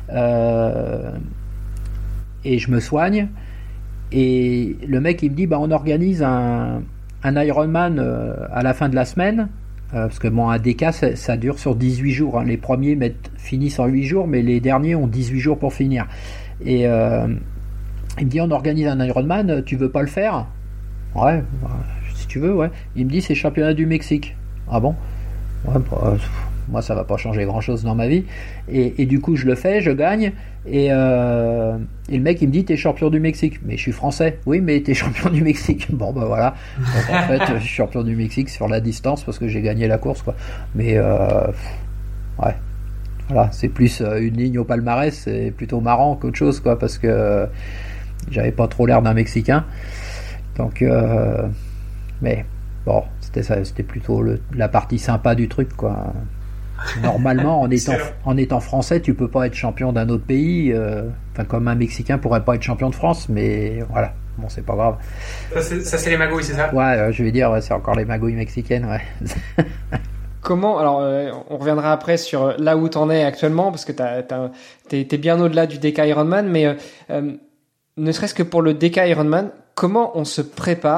Et je me soigne. Et le mec il me dit on organise un Ironman à la fin de la semaine. Parce que un DK ça dure sur 18 jours. Hein. Les premiers finissent en 8 jours, mais les derniers ont 18 jours pour finir. Et il me dit on organise un Ironman, tu veux pas le faire? Ouais, si tu veux, ouais. Il me dit c'est championnat du Mexique. Ah bon? Ouais, moi ça va pas changer grand chose dans ma vie et du coup je le fais, je gagne et le mec il me dit t'es champion du Mexique, mais je suis français. Oui mais t'es champion du Mexique. Bon voilà, donc, en fait je suis champion du Mexique sur la distance parce que j'ai gagné la course, quoi. Mais ouais, voilà, c'est plus une ligne au palmarès, c'est plutôt marrant qu'autre chose, quoi, parce que j'avais pas trop l'air d'un Mexicain, donc mais bon, c'était plutôt la partie sympa du truc, quoi. Normalement, en étant français, tu peux pas être champion d'un autre pays. Comme un Mexicain pourrait pas être champion de France, mais voilà. Bon, c'est pas grave. Ça c'est les magouilles, c'est ça? Ouais, je vais dire, c'est encore les magouilles mexicaines, ouais. Comment, alors on reviendra après sur là où t'en es actuellement, parce que t'es bien au-delà du DK Ironman, mais ne serait-ce que pour le DK Ironman, comment on se prépare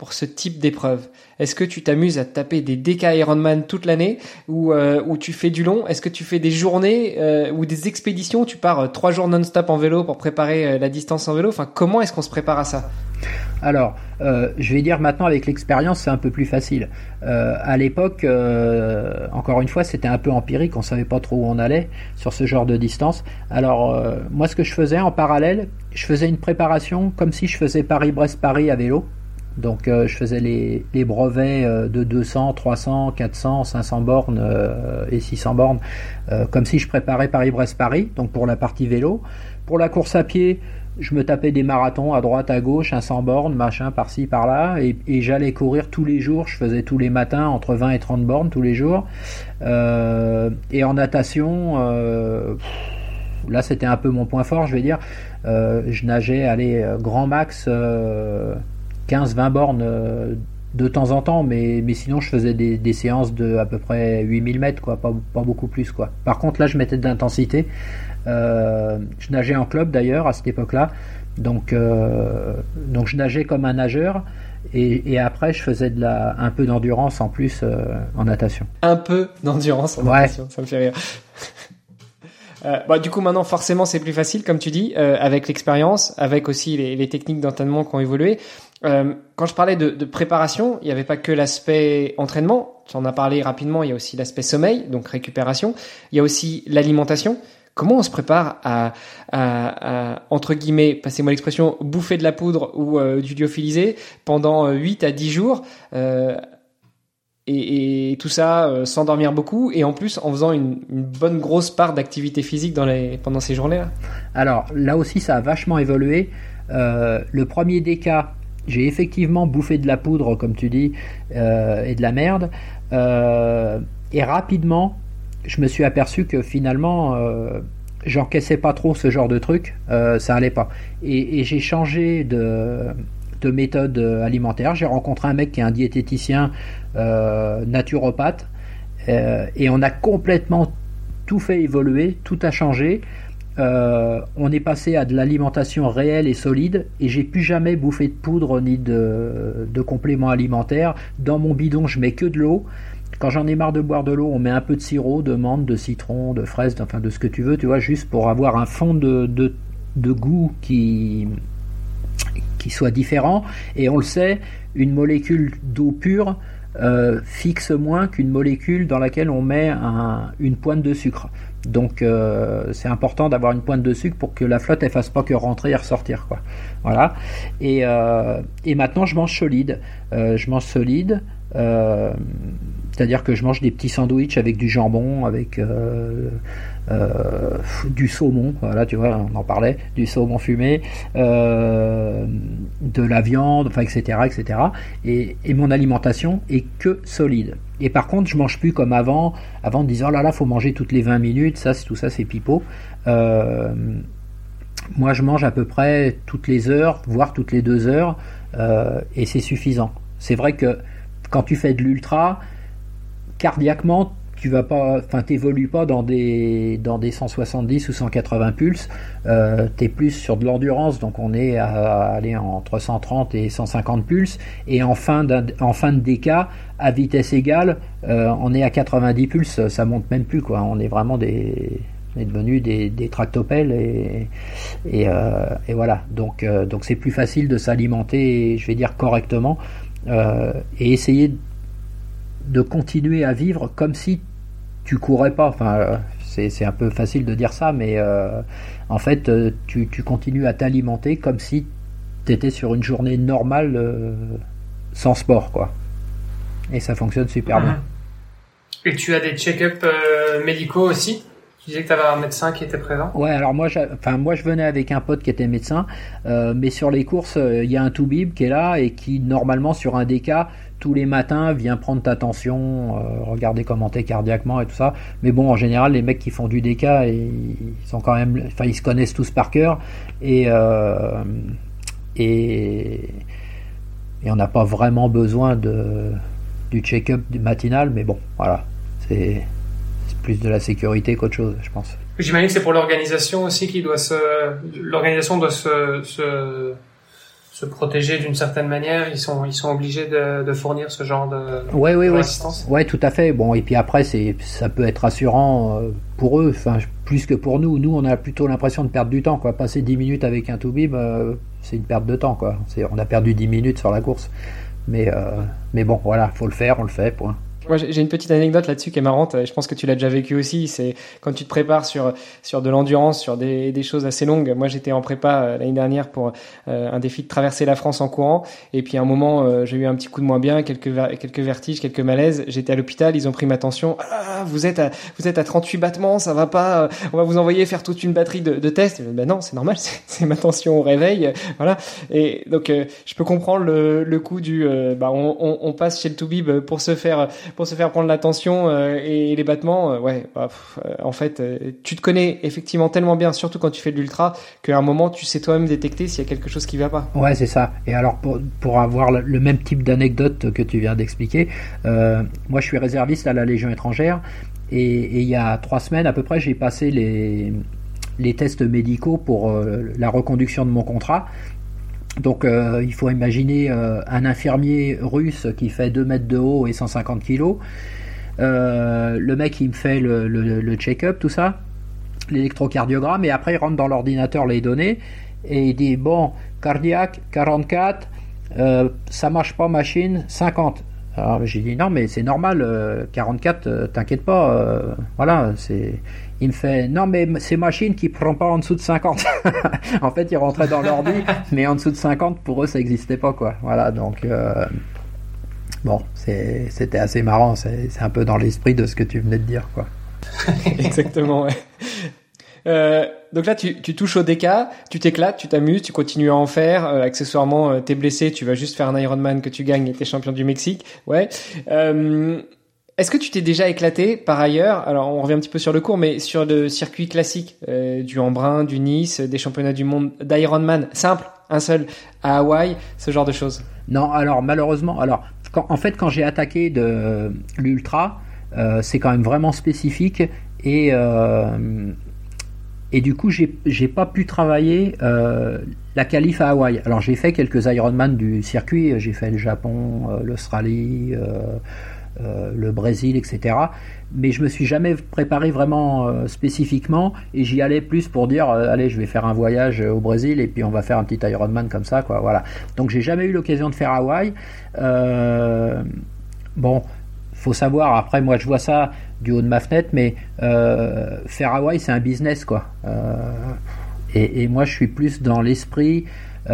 pour ce type d'épreuve? Est-ce que tu t'amuses à te taper des DK Ironman toute l'année ou tu fais du long? Est-ce que tu fais des journées ou des expéditions? Tu pars 3 jours non-stop en vélo pour préparer la distance en vélo. Enfin, comment est-ce qu'on se prépare à ça? Alors, je vais dire maintenant avec l'expérience, c'est un peu plus facile. À l'époque, encore une fois, c'était un peu empirique, on savait pas trop où on allait sur ce genre de distance. Alors, moi, ce que je faisais en parallèle, je faisais une préparation comme si je faisais Paris-Brest-Paris à vélo. Donc, je faisais les brevets de 200, 300, 400, 500 bornes et 600 bornes, comme si je préparais Paris-Brest-Paris, donc pour la partie vélo. Pour la course à pied, je me tapais des marathons à droite, à gauche, 100 bornes, machin, par-ci, par-là, et j'allais courir tous les jours. Je faisais tous les matins entre 20 et 30 bornes tous les jours. Et en natation, là c'était un peu mon point fort, je vais dire. Je nageais, grand max 15-20 bornes de temps en temps, mais sinon je faisais des séances de à peu près 8000 mètres, quoi, pas beaucoup plus, quoi. Par contre, là je mettais de l'intensité. Je nageais en club d'ailleurs à cette époque-là, donc je nageais comme un nageur et après je faisais un peu d'endurance en plus en natation. Un peu d'endurance en natation, ça me fait rire. Du coup maintenant forcément c'est plus facile comme tu dis, avec l'expérience, avec aussi les techniques d'entraînement qui ont évolué. Quand je parlais de préparation, il n'y avait pas que l'aspect entraînement, tu en as parlé rapidement, il y a aussi l'aspect sommeil, donc récupération, il y a aussi l'alimentation. Comment on se prépare à entre guillemets, passez-moi l'expression, bouffer de la poudre ou du lyophilisé pendant 8 à 10 jours et tout ça sans dormir beaucoup et en plus en faisant une bonne grosse part d'activité physique pendant ces journées-là? Alors là aussi ça a vachement évolué. Le premier DK, j'ai effectivement bouffé de la poudre comme tu dis et de la merde et rapidement je me suis aperçu que finalement j'encaissais pas trop ce genre de truc, ça allait pas et j'ai changé de méthode alimentaire. J'ai rencontré un mec qui est un diététicien naturopathe et on a complètement tout fait évoluer, tout a changé. On est passé à de l'alimentation réelle et solide et j'ai plus jamais bouffé de poudre ni de compléments alimentaires. Dans mon bidon je mets que de l'eau. Quand j'en ai marre de boire de l'eau, on met un peu de sirop, de menthe, de citron, de fraise, enfin de ce que tu veux, tu vois, juste pour avoir un fond de goût qui soit différent. Et on le sait, une molécule d'eau pure fixe moins qu'une molécule dans laquelle on met une pointe de sucre. Donc c'est important d'avoir une pointe de sucre pour que la flotte elle fasse pas que rentrer et ressortir, quoi. Voilà. Et maintenant je mange solide. C'est-à-dire que je mange des petits sandwichs avec du jambon, avec du saumon, voilà, tu vois, on en parlait, du saumon fumé, de la viande, enfin, etc., etc. Et mon alimentation est que solide. Et par contre, je mange plus comme avant de dire, oh là là, faut manger toutes les 20 minutes, tout ça, c'est pipeau. Moi, je mange à peu près toutes les heures, voire toutes les 2 heures, et c'est suffisant. C'est vrai que quand tu fais de l'ultra, cardiaquement, tu vas pas, enfin, t'évolues pas dans des 170 ou 180 pulses. T'es plus sur de l'endurance, donc on est à aller entre 130 et 150 pulses. Et en fin de DK, à vitesse égale, on est à 90 pulses. Ça monte même plus, quoi. On est vraiment on est devenus des tractopelles et voilà. Donc c'est plus facile de s'alimenter, je vais dire correctement, et essayer de continuer à vivre comme si tu courais pas. Enfin, c'est un peu facile de dire ça, mais en fait, tu continues à t'alimenter comme si tu étais sur une journée normale sans sport, quoi. Et ça fonctionne super bien. Et tu as des check-up médicaux aussi? Tu disais que tu avais un médecin qui était présent? Ouais, alors moi je venais avec un pote qui était médecin, mais sur les courses, il y a un toubib qui est là et qui, normalement, sur un DK, tous les matins, vient prendre ta tension, regarder comment t'es cardiaquement et tout ça. Mais bon, en général, les mecs qui font du DK, ils sont quand même, enfin, ils se connaissent tous par cœur et on n'a pas vraiment besoin du check-up matinal, mais bon, voilà, c'est plus de la sécurité qu'autre chose, je pense. J'imagine que c'est pour l'organisation aussi l'organisation doit se se protéger d'une certaine manière, ils sont obligés de fournir ce genre assistance. Ouais, tout à fait. Bon, et puis après, ça peut être rassurant pour eux, enfin, plus que pour nous. Nous, on a plutôt l'impression de perdre du temps, quoi. Passer 10 minutes avec un Toubib, c'est une perte de temps, quoi. On a perdu 10 minutes sur la course. Mais bon, voilà, faut le faire, on le fait, point. Moi, j'ai une petite anecdote là-dessus qui est marrante. Je pense que tu l'as déjà vécu aussi. C'est quand tu te prépares sur de l'endurance, sur des choses assez longues. Moi, j'étais en prépa l'année dernière pour un défi de traverser la France en courant. Et puis à un moment, j'ai eu un petit coup de moins bien, quelques vertiges, quelques malaises. J'étais à l'hôpital. Ils ont pris ma tension. Ah, vous êtes à 38 battements, ça va pas. On va vous envoyer faire toute une batterie de tests. Ben non, c'est normal. C'est ma tension au réveil. Voilà. Et donc, je peux comprendre le coup du. On passe chez le Toubib pour se faire prendre l'attention et les battements, en fait, tu te connais effectivement tellement bien, surtout quand tu fais de l'ultra, qu'à un moment, tu sais toi-même détecter s'il y a quelque chose qui va pas. Ouais, c'est ça. Et alors, pour avoir le même type d'anecdote que tu viens d'expliquer, moi, je suis réserviste à la Légion étrangère, et il y a 3 semaines à peu près, j'ai passé les tests médicaux pour la reconduction de mon contrat. Donc il faut imaginer un infirmier russe qui fait 2 mètres de haut et 150 kilos. Le mec il me fait le check-up, tout ça, l'électrocardiogramme, et après il rentre dans l'ordinateur les données et il dit bon, cardiaque 44, ça marche pas machine 50. Alors j'ai dit non mais c'est normal, 44, t'inquiète pas, voilà, c'est... Il me fait non mais c'est machine qui prend pas en dessous de 50. En fait il rentrait dans l'ordi, mais en dessous de 50 pour eux ça existait pas, quoi. Voilà, donc bon, c'était assez marrant, c'est un peu dans l'esprit de ce que tu venais de dire, quoi. Exactement, ouais. Donc là, tu touches au DK, tu t'éclates, tu t'amuses, tu continues à en faire. Accessoirement, t'es blessé, tu vas juste faire un Ironman que tu gagnes et t'es champion du Mexique. Ouais. Est-ce que tu t'es déjà éclaté par ailleurs? Alors, on revient un petit peu sur le cours, mais sur le circuit classique, du Embrun, du Nice, des championnats du monde d'Ironman simple, un seul, à Hawaï, ce genre de choses? Non, alors malheureusement, quand j'ai attaqué de l'ultra, c'est quand même vraiment spécifique et du coup j'ai pas pu travailler la qualif à Hawaï. Alors j'ai fait quelques Ironman du circuit, j'ai fait le Japon, l'Australie, le Brésil, etc. Mais je me suis jamais préparé vraiment spécifiquement, et j'y allais plus pour dire allez, je vais faire un voyage au Brésil et puis on va faire un petit Ironman comme ça, quoi. Voilà. Donc j'ai jamais eu l'occasion de faire Hawaï. Bon, faut savoir, après moi je vois ça du haut de ma fenêtre, mais faire Hawaï c'est un business, quoi. Et moi je suis plus dans l'esprit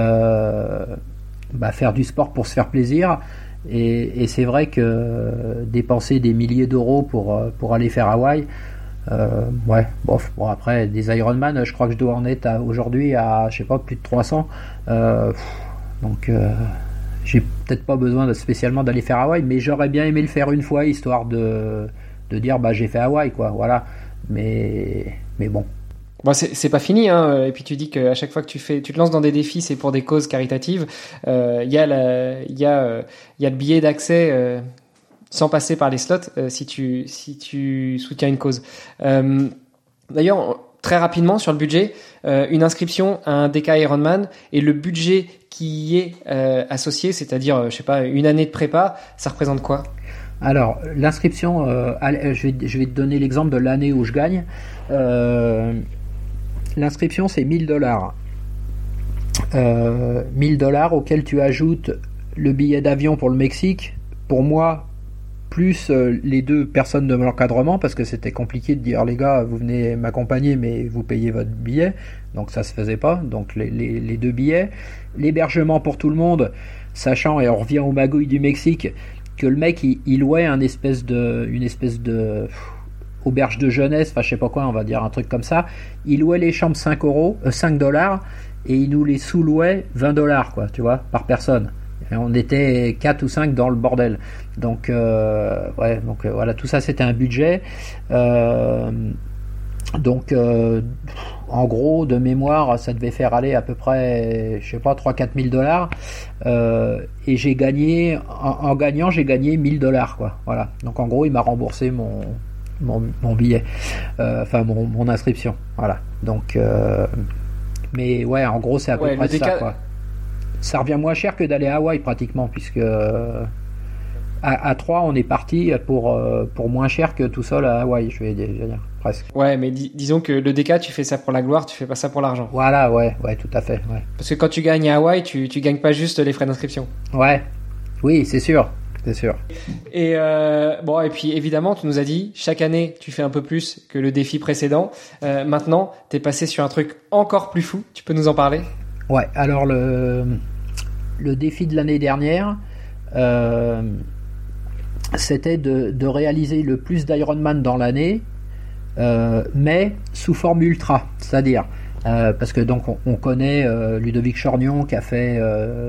faire du sport pour se faire plaisir. Et c'est vrai que dépenser des milliers d'euros pour aller faire Hawaï, bon après des Ironman, je crois que je dois en être aujourd'hui à je sais pas, plus de 300, donc j'ai peut-être pas besoin spécialement d'aller faire Hawaï, mais j'aurais bien aimé le faire une fois, histoire de dire j'ai fait Hawaï, quoi. Voilà, mais bon. Bon, c'est pas fini, hein. Et puis tu dis qu'à chaque fois que tu te lances dans des défis, c'est pour des causes caritatives. Il y a le billet d'accès sans passer par les slots si tu soutiens une cause. D'ailleurs, très rapidement sur le budget, une inscription à un DK Ironman et le budget qui y est associé, c'est-à-dire je sais pas, une année de prépa, ça représente quoi? Alors l'inscription, je vais te donner l'exemple de l'année où je gagne. L'inscription c'est $1000. $1000 auquel tu ajoutes le billet d'avion pour le Mexique, pour moi, plus les 2 personnes de l'encadrement, parce que c'était compliqué de dire les gars, vous venez m'accompagner mais vous payez votre billet, donc ça se faisait pas. Donc les 2 billets, l'hébergement pour tout le monde, sachant, et on revient aux magouilles du Mexique, que le mec il louait une espèce de auberge de jeunesse, enfin je sais pas quoi, on va dire un truc comme ça. Il louait les chambres $5 et il nous les sous-louait $20, quoi, tu vois, par personne. Et on était 4 ou 5 dans le bordel. Donc voilà, tout ça c'était un budget. Donc en gros, de mémoire, ça devait faire aller à peu près, je sais pas, 3-4 $. Et j'ai gagné, en gagnant, j'ai gagné $1000, quoi. Voilà. Donc en gros, il m'a remboursé mon billet, mon inscription. Voilà. Donc, mais ouais, en gros, c'est à peu près ça, quoi. ça revient moins cher que d'aller à Hawaï pratiquement, puisque à 3 on est parti pour moins cher que tout seul à Hawaï, je vais dire presque. Ouais, mais disons que le DK, tu fais ça pour la gloire, tu fais pas ça pour l'argent. Voilà, ouais, tout à fait. Ouais. Parce que quand tu gagnes à Hawaï, tu gagnes pas juste les frais d'inscription. Ouais, oui, c'est sûr. C'est sûr. Et bon, et puis évidemment, tu nous as dit, chaque année, tu fais un peu plus que le défi précédent. Maintenant, t'es passé sur un truc encore plus fou. Tu peux nous en parler ? Ouais. Alors le défi de l'année dernière, c'était de réaliser le plus d'Ironman dans l'année, mais sous forme ultra, c'est-à-dire parce que donc on connaît Ludovic Chorgnon qui a fait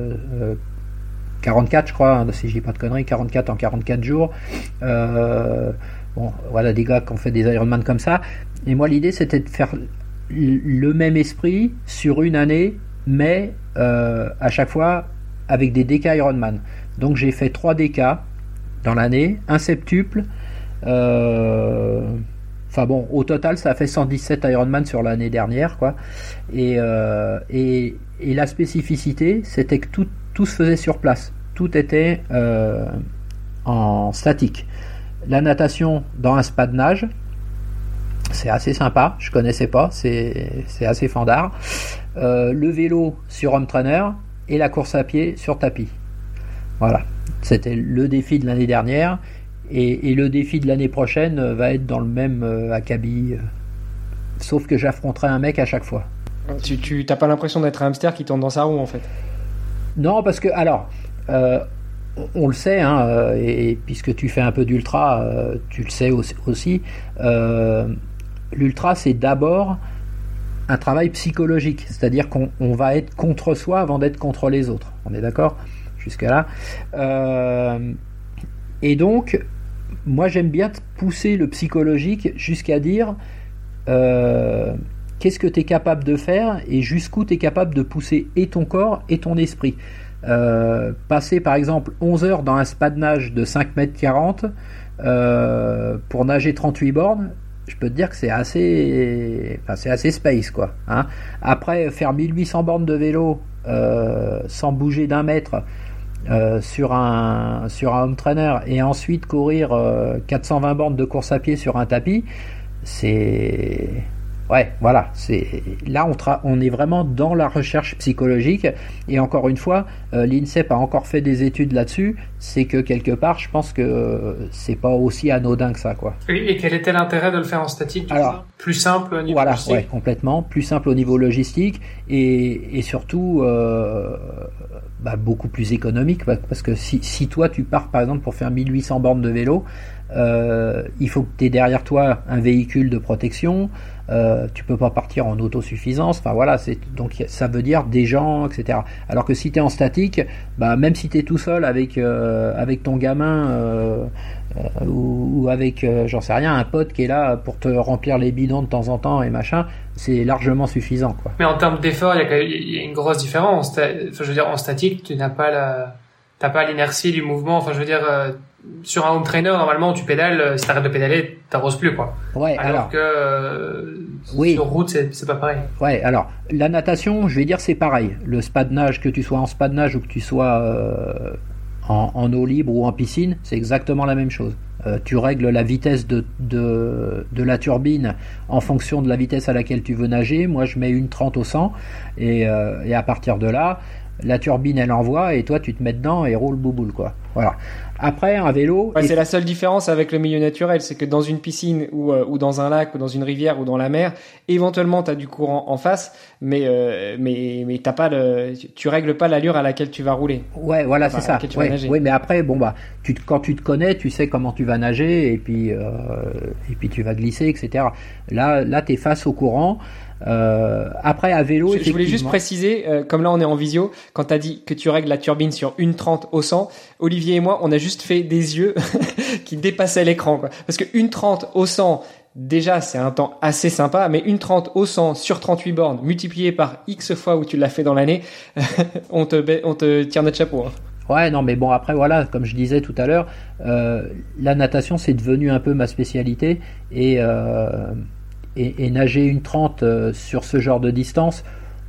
44, je crois, si je dis pas de conneries, 44 en 44 jours. Bon, voilà, des gars qui ont fait des Ironman comme ça. Et moi, l'idée, c'était de faire le même esprit sur une année, mais à chaque fois avec des DK Ironman. Donc, j'ai fait 3 DK dans l'année, un septuple. Enfin bon, au total, ça a fait 117 Ironman sur l'année dernière, quoi. Et la spécificité, c'était que tout se faisait sur place. Tout était en statique. La natation dans un spa de nage, c'est assez sympa. Je connaissais pas, c'est assez fandard. Le vélo sur home trainer et la course à pied sur tapis. Voilà, c'était le défi de l'année dernière. Et le défi de l'année prochaine va être dans le même acabit, sauf que j'affronterai un mec à chaque fois. Tu t'as pas l'impression d'être un hamster qui tourne dans sa roue en fait? Non, parce que alors on le sait, hein, et puisque tu fais un peu d'ultra, tu le sais aussi. L'ultra, c'est d'abord un travail psychologique, c'est-à-dire qu'on va être contre soi avant d'être contre les autres. On est d'accord jusque-là? Et donc, moi, j'aime bien pousser le psychologique jusqu'à dire qu'est-ce que tu es capable de faire et jusqu'où tu es capable de pousser et ton corps et ton esprit. Passer, par exemple, 11 heures dans un spa de nage de 5,40 m pour nager 38 bornes, je peux te dire que c'est assez space, quoi. Hein. Après, faire 1800 bornes de vélo sans bouger d'un mètre sur un home trainer et ensuite courir 420 bornes de course à pied sur un tapis, c'est... Ouais, voilà, là on est vraiment dans la recherche psychologique et encore une fois, l'INSEP a encore fait des études là-dessus, c'est que quelque part je pense que c'est pas aussi anodin que ça, quoi. Et quel était l'intérêt de le faire en statique, plus simple au niveau logistique? Ouais, complètement, plus simple au niveau logistique et surtout beaucoup plus économique, parce que si toi tu pars par exemple pour faire 1800 bornes de vélo, il faut que tu aies derrière toi un véhicule de protection, tu peux pas partir en autosuffisance, enfin voilà, donc ça veut dire des gens, etc. Alors que si tu es en statique, même si tu es tout seul avec ton gamin ou avec j'en sais rien, un pote qui est là pour te remplir les bidons de temps en temps et machin, c'est largement suffisant, quoi. Mais en termes d'effort, il y a une grosse différence. Je veux dire, en statique, tu n'as pas l'inertie du mouvement. Enfin, je veux dire, sur un home trainer, normalement, tu pédales, si t'arrêtes de pédaler, t'arroses plus, quoi. Ouais, alors que sur route, c'est pas pareil. Ouais, alors, la natation, je vais dire, c'est pareil. Le spa de nage, que tu sois en spa de nage ou que tu sois en eau libre ou en piscine, c'est exactement la même chose. Tu règles la vitesse de la turbine en fonction de la vitesse à laquelle tu veux nager. Moi, je mets une 30 au 100 et à partir de là, la turbine elle envoie et toi tu te mets dedans et roule bouboule, quoi. Voilà. Après, un vélo... Ouais, c'est la seule différence avec le milieu naturel, c'est que dans une piscine ou dans un lac ou dans une rivière ou dans la mer, éventuellement tu as du courant en face, mais t'as pas tu règles pas l'allure à laquelle tu vas rouler. Ouais, voilà, c'est ça. Ouais, mais après, quand tu te connais, tu sais comment tu vas nager et puis tu vas glisser, etc. Là t'es face au courant. Après, à vélo, je voulais juste préciser, comme là on est en visio, quand t'as dit que tu règles la turbine sur 1,30 au 100, Olivier et moi on a juste fait des yeux qui dépassaient l'écran, quoi. Parce que 1,30 au 100, déjà c'est un temps assez sympa, mais 1,30 au 100 sur 38 bornes multiplié par X fois où tu l'as fait dans l'année, on te tire notre chapeau, hein. Ouais, non, mais bon, après, voilà, comme je disais tout à l'heure, la natation c'est devenu un peu ma spécialité et nager 1,30 sur ce genre de distance,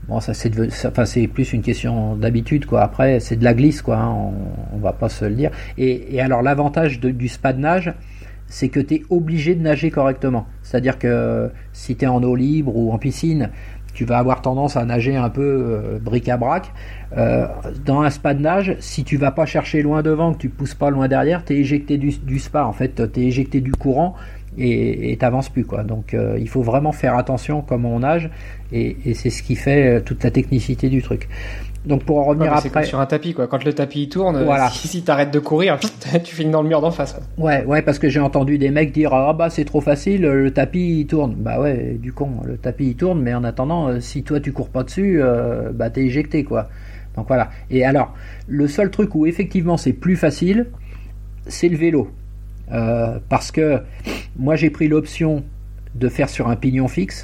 Bon, c'est plus une question d'habitude, quoi. Après, c'est de la glisse, quoi. Hein, on va pas se le dire. Et alors, l'avantage du spa de nage, c'est que tu es obligé de nager correctement. C'est-à-dire que si tu es en eau libre ou en piscine, tu vas avoir tendance à nager un peu bric-à-brac. Dans un spa de nage, si tu vas pas chercher loin devant, que tu pousses pas loin derrière, tu es éjecté du spa. En fait, tu es éjecté du courant et t'avances plus, quoi. Donc il faut vraiment faire attention comment on nage et c'est ce qui fait toute la technicité du truc. Donc pour en revenir après, c'est comme sur un tapis, quoi. Quand le tapis il tourne, voilà. si t'arrêtes de courir, tu finis dans le mur d'en face, quoi. Ouais, parce que j'ai entendu des mecs dire c'est trop facile, le tapis il tourne. Bah ouais, du con, le tapis il tourne, mais en attendant, si toi tu cours pas dessus, t'es éjecté, quoi. Donc voilà. Et alors, le seul truc où effectivement c'est plus facile, c'est le vélo. Parce que moi j'ai pris l'option de faire sur un pignon fixe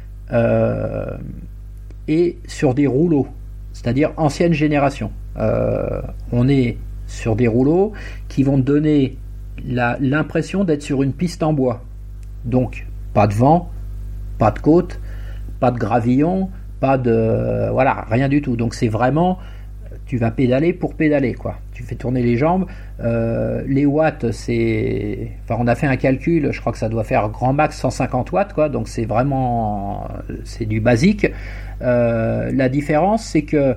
et sur des rouleaux, c'est-à-dire ancienne génération. On est sur des rouleaux qui vont te donner l'impression d'être sur une piste en bois. Donc pas de vent, pas de côte, pas de gravillon, pas de rien du tout. Donc c'est vraiment, tu vas pédaler pour pédaler, quoi. Tu fais tourner les jambes. Les watts, on a fait un calcul, je crois que ça doit faire grand max 150 watts, quoi. Donc c'est vraiment, c'est du basique. La différence, c'est que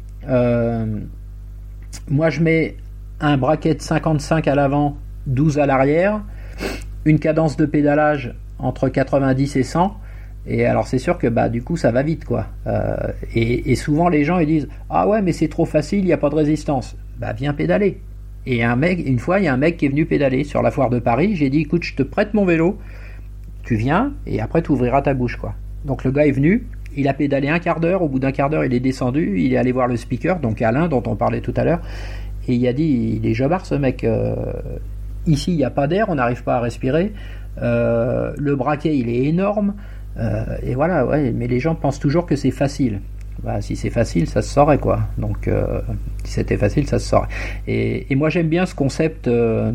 moi je mets un braquet de 55 à l'avant, 12 à l'arrière, une cadence de pédalage entre 90 et 100. Et alors c'est sûr que du coup ça va vite, quoi. Et souvent les gens ils disent ouais mais c'est trop facile, il n'y a pas de résistance. Viens pédaler. Et une fois il y a un mec qui est venu pédaler sur la foire de Paris. J'ai dit écoute, je te prête mon vélo, tu viens et après tu ouvriras ta bouche, quoi. Donc le gars est venu, il a pédalé un quart d'heure. Au bout d'un quart d'heure il est descendu, il est allé voir le speaker, donc Alain dont on parlait tout à l'heure, et il a dit il est jobard ce mec. Ici il n'y a pas d'air, on n'arrive pas à respirer. Le braquet il est énorme. Et voilà, ouais, mais les gens pensent toujours que c'est facile. Si c'est facile, ça se saurait, quoi. Donc, si c'était facile, ça se saurait. Et moi, j'aime bien ce concept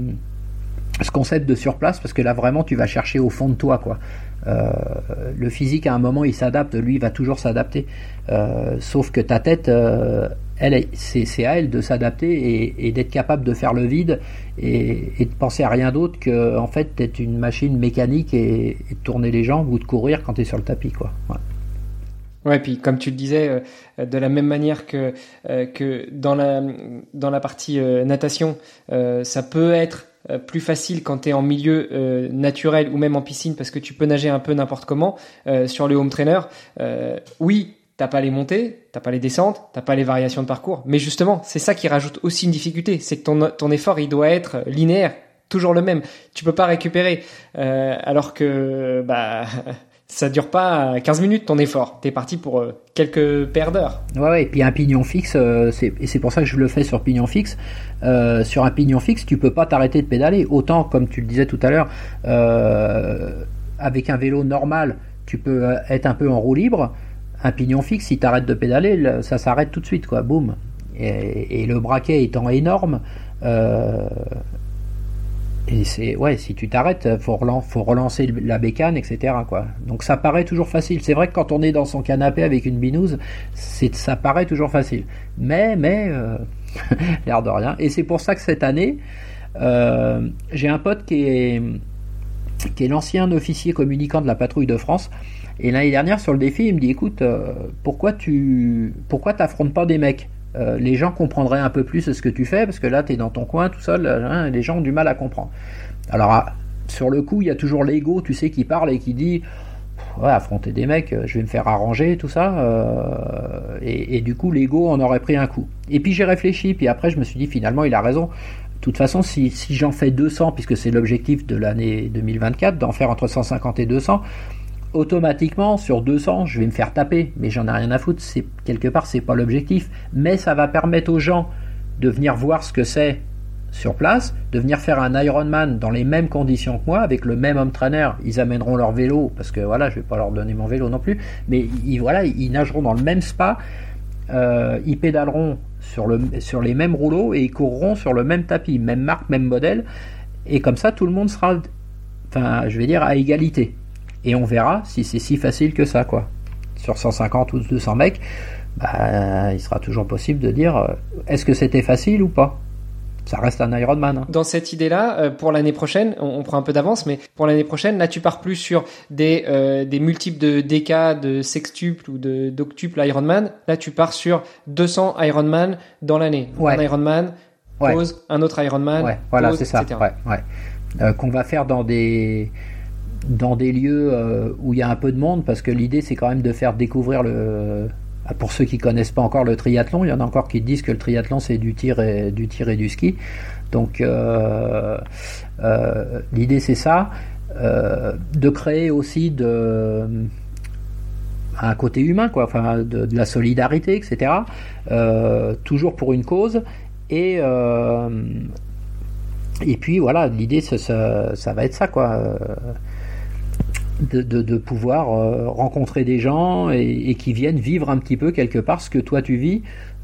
de sur place, parce que là, vraiment, tu vas chercher au fond de toi, quoi. Le physique, à un moment, il s'adapte. Lui, il va toujours s'adapter. Sauf que ta tête, c'est à elle de s'adapter et d'être capable de faire le vide et de penser à rien d'autre que, en fait, d'être une machine mécanique et de tourner les jambes ou de courir quand tu es sur le tapis, quoi. Ouais, puis comme tu le disais, de la même manière que dans la partie natation, ça peut être plus facile quand tu es en milieu naturel ou même en piscine parce que tu peux nager un peu n'importe comment. Sur le home trainer, oui, t'as pas les montées, t'as pas les descentes, t'as pas les variations de parcours, mais justement c'est ça qui rajoute aussi une difficulté, c'est que ton effort il doit être linéaire, toujours le même, tu peux pas récupérer, alors que ça dure pas 15 minutes ton effort. T'es parti pour quelques paires d'heures. Ouais, et puis un pignon fixe, c'est pour ça que je le fais sur pignon fixe. Sur un pignon fixe, tu peux pas t'arrêter de pédaler. Autant, comme tu le disais tout à l'heure, avec un vélo normal, tu peux être un peu en roue libre. Un pignon fixe, si t'arrêtes de pédaler, ça s'arrête tout de suite, quoi. Boum. Et le braquet étant énorme, et si tu t'arrêtes, faut relancer la bécane, etc., quoi. Donc ça paraît toujours facile. C'est vrai que quand on est dans son canapé avec une binouse, ça paraît toujours facile. Mais l'air de rien. Et c'est pour ça que cette année, j'ai un pote qui est l'ancien officier communicant de la patrouille de France. Et l'année dernière, sur le défi, il me dit écoute, pourquoi t'affrontes pas des mecs? Les gens comprendraient un peu plus ce que tu fais, parce que là t'es dans ton coin tout seul, les gens ont du mal à comprendre. Alors sur le coup il y a toujours l'ego, tu sais, qui parle et qui dit affronter des mecs, je vais me faire arranger, tout ça, et du coup l'ego en aurait pris un coup. Et puis j'ai réfléchi, puis après je me suis dit finalement il a raison. De toute façon, si j'en fais 200, puisque c'est l'objectif de l'année 2024, d'en faire entre 150 et 200, automatiquement sur 200 je vais me faire taper, mais j'en ai rien à foutre, quelque part c'est pas l'objectif, mais ça va permettre aux gens de venir voir ce que c'est sur place, de venir faire un Ironman dans les mêmes conditions que moi, avec le même home trainer. Ils amèneront leur vélo, parce que je vais pas leur donner mon vélo non plus, mais ils nageront dans le même spa, ils pédaleront sur les mêmes rouleaux et ils courront sur le même tapis, même marque, même modèle, et comme ça tout le monde sera à égalité. Et on verra si c'est si facile que ça, quoi. sur 150 ou 200 mecs, bah, il sera toujours possible de dire est-ce que c'était facile ou pas. Ça reste un Ironman. Hein. Dans cette idée-là, pour l'année prochaine, on prend un peu d'avance, mais pour l'année prochaine, là, tu pars plus sur des multiples de déca, de sextuple ou d'octuple Ironman. Là, tu pars sur 200 Ironman dans l'année. Ouais. Un Ironman, pause, un autre Ironman, ouais, voilà, pause, c'est ça. etc. Qu'on va faire dans des lieux où il y a un peu de monde, parce que l'idée, c'est quand même de faire découvrir pour ceux qui connaissent pas encore le triathlon, il y en a encore qui disent que le triathlon c'est du tir et du ski. Donc l'idée c'est ça, de créer aussi un côté humain, quoi, enfin de la solidarité, etc. Toujours pour une cause et puis voilà, l'idée ça va être ça, quoi. De pouvoir rencontrer des gens et qui viennent vivre un petit peu quelque part ce que toi tu vis,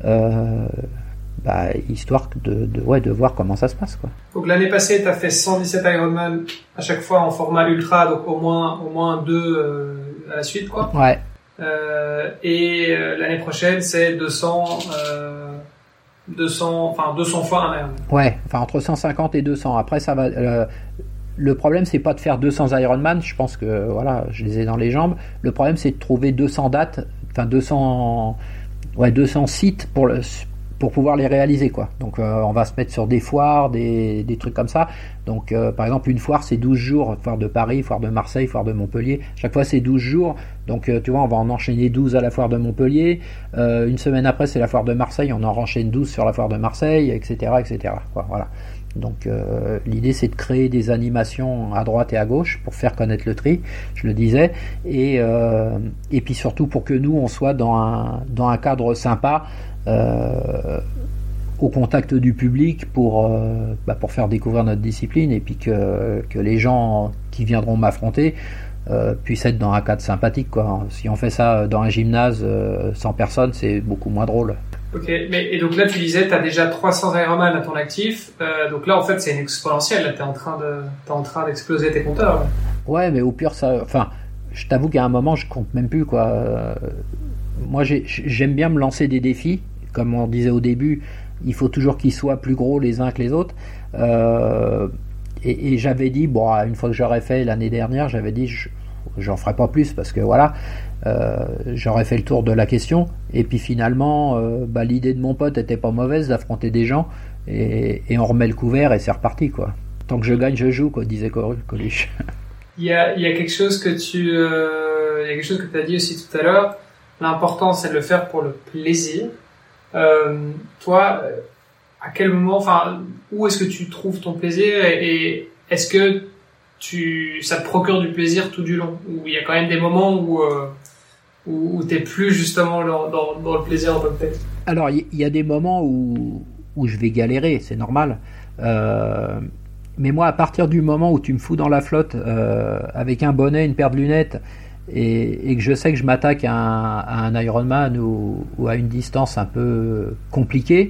histoire de voir comment ça se passe, quoi. Donc l'année passée tu as fait 117 Ironman à chaque fois en format ultra, donc au moins 2 à la suite, quoi. Ouais. Et l'année prochaine c'est 200 fois un Ironman. Ouais, enfin entre 150 et 200. Après ça va. Le problème, c'est pas de faire 200 Ironman, je pense que voilà, je les ai dans les jambes. Le problème, c'est de trouver 200 dates, enfin 200 sites pour pouvoir les réaliser, quoi. Donc on va se mettre sur des foires, des trucs comme ça. Donc par exemple, une foire, c'est 12 jours, foire de Paris, foire de Marseille, foire de Montpellier. Chaque fois, c'est 12 jours. Donc tu vois, on va en enchaîner 12 à la foire de Montpellier. Une semaine après, c'est la foire de Marseille, on en enchaîne 12 sur la foire de Marseille, etc., quoi, voilà. Donc l'idée c'est de créer des animations à droite et à gauche pour faire connaître le tri, je le disais, et puis surtout pour que nous on soit dans un cadre sympa, au contact du public pour faire découvrir notre discipline, et puis que les gens qui viendront m'affronter puissent être dans un cadre sympathique, quoi. Si on fait ça dans un gymnase 100 personnes, c'est beaucoup moins drôle. Ok, et donc là tu disais tu as déjà 300 Ironman à ton actif, donc là en fait c'est une exponentielle, là t'es en train d'exploser tes compteurs. Là. Ouais, mais au pire je t'avoue qu'à un moment je compte même plus, quoi. Moi j'aime bien me lancer des défis, comme on disait au début, il faut toujours qu'ils soient plus gros les uns que les autres. Et j'avais dit, une fois que j'aurais fait l'année dernière, j'avais dit j'en ferai pas plus parce que voilà, j'aurais fait le tour de la question, et puis finalement l'idée de mon pote était pas mauvaise, d'affronter des gens, et on remet le couvert et c'est reparti, quoi. Tant que je gagne je joue, quoi, disait Coluche. Il y a quelque chose que tu as dit aussi tout à l'heure, l'important c'est de le faire pour le plaisir. Toi, à quel moment, où est-ce que tu trouves ton plaisir, et est-ce que ça te procure du plaisir tout du long, ou il y a quand même des moments où t'es plus justement dans le plaisir en tant que tel? Alors il y a des moments où je vais galérer, c'est normal, mais moi à partir du moment où tu me fous dans la flotte avec un bonnet, une paire de lunettes, et que je sais que je m'attaque à un Ironman ou à une distance un peu compliquée,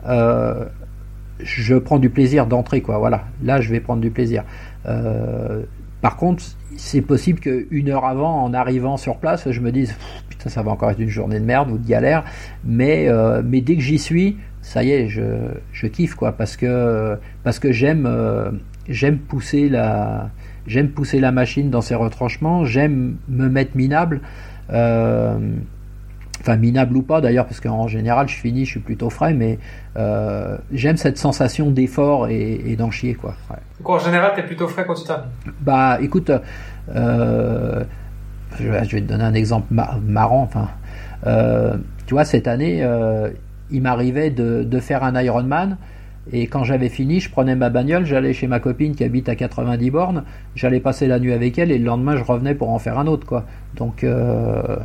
je prends du plaisir d'entrée, quoi. Voilà, là je vais prendre du plaisir. Par contre, c'est possible qu'une heure avant, en arrivant sur place, je me dise putain, ça va encore être une journée de merde ou de galère, mais dès que j'y suis, ça y est, je kiffe, quoi, parce que j'aime pousser la machine dans ses retranchements, j'aime me mettre minable, minable ou pas d'ailleurs, parce qu'en général je suis plutôt frais, mais j'aime cette sensation d'effort et d'en chier, quoi. Ouais. Donc en général t'es plutôt frais quand tu termines? Écoute, je vais te donner un exemple marrant. Tu vois, cette année il m'arrivait de faire un Ironman, et quand j'avais fini, je prenais ma bagnole, j'allais chez ma copine qui habite à 90 bornes, j'allais passer la nuit avec elle, et le lendemain je revenais pour en faire un autre, quoi. Donc je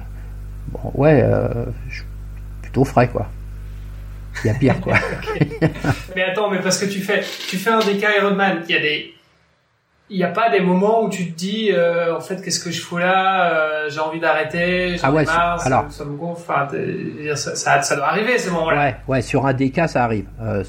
suis plutôt frais, quoi. Il y a pire, quoi. Okay. Mais attends, parce que tu fais un DK Ironman, il y a pas des moments où tu te dis en fait qu'est-ce que je fous là, j'ai envie d'arrêter, j'en ai marre, ça me gonfle, ça doit arriver ces moments-là. Ouais, sur un DK ça arrive.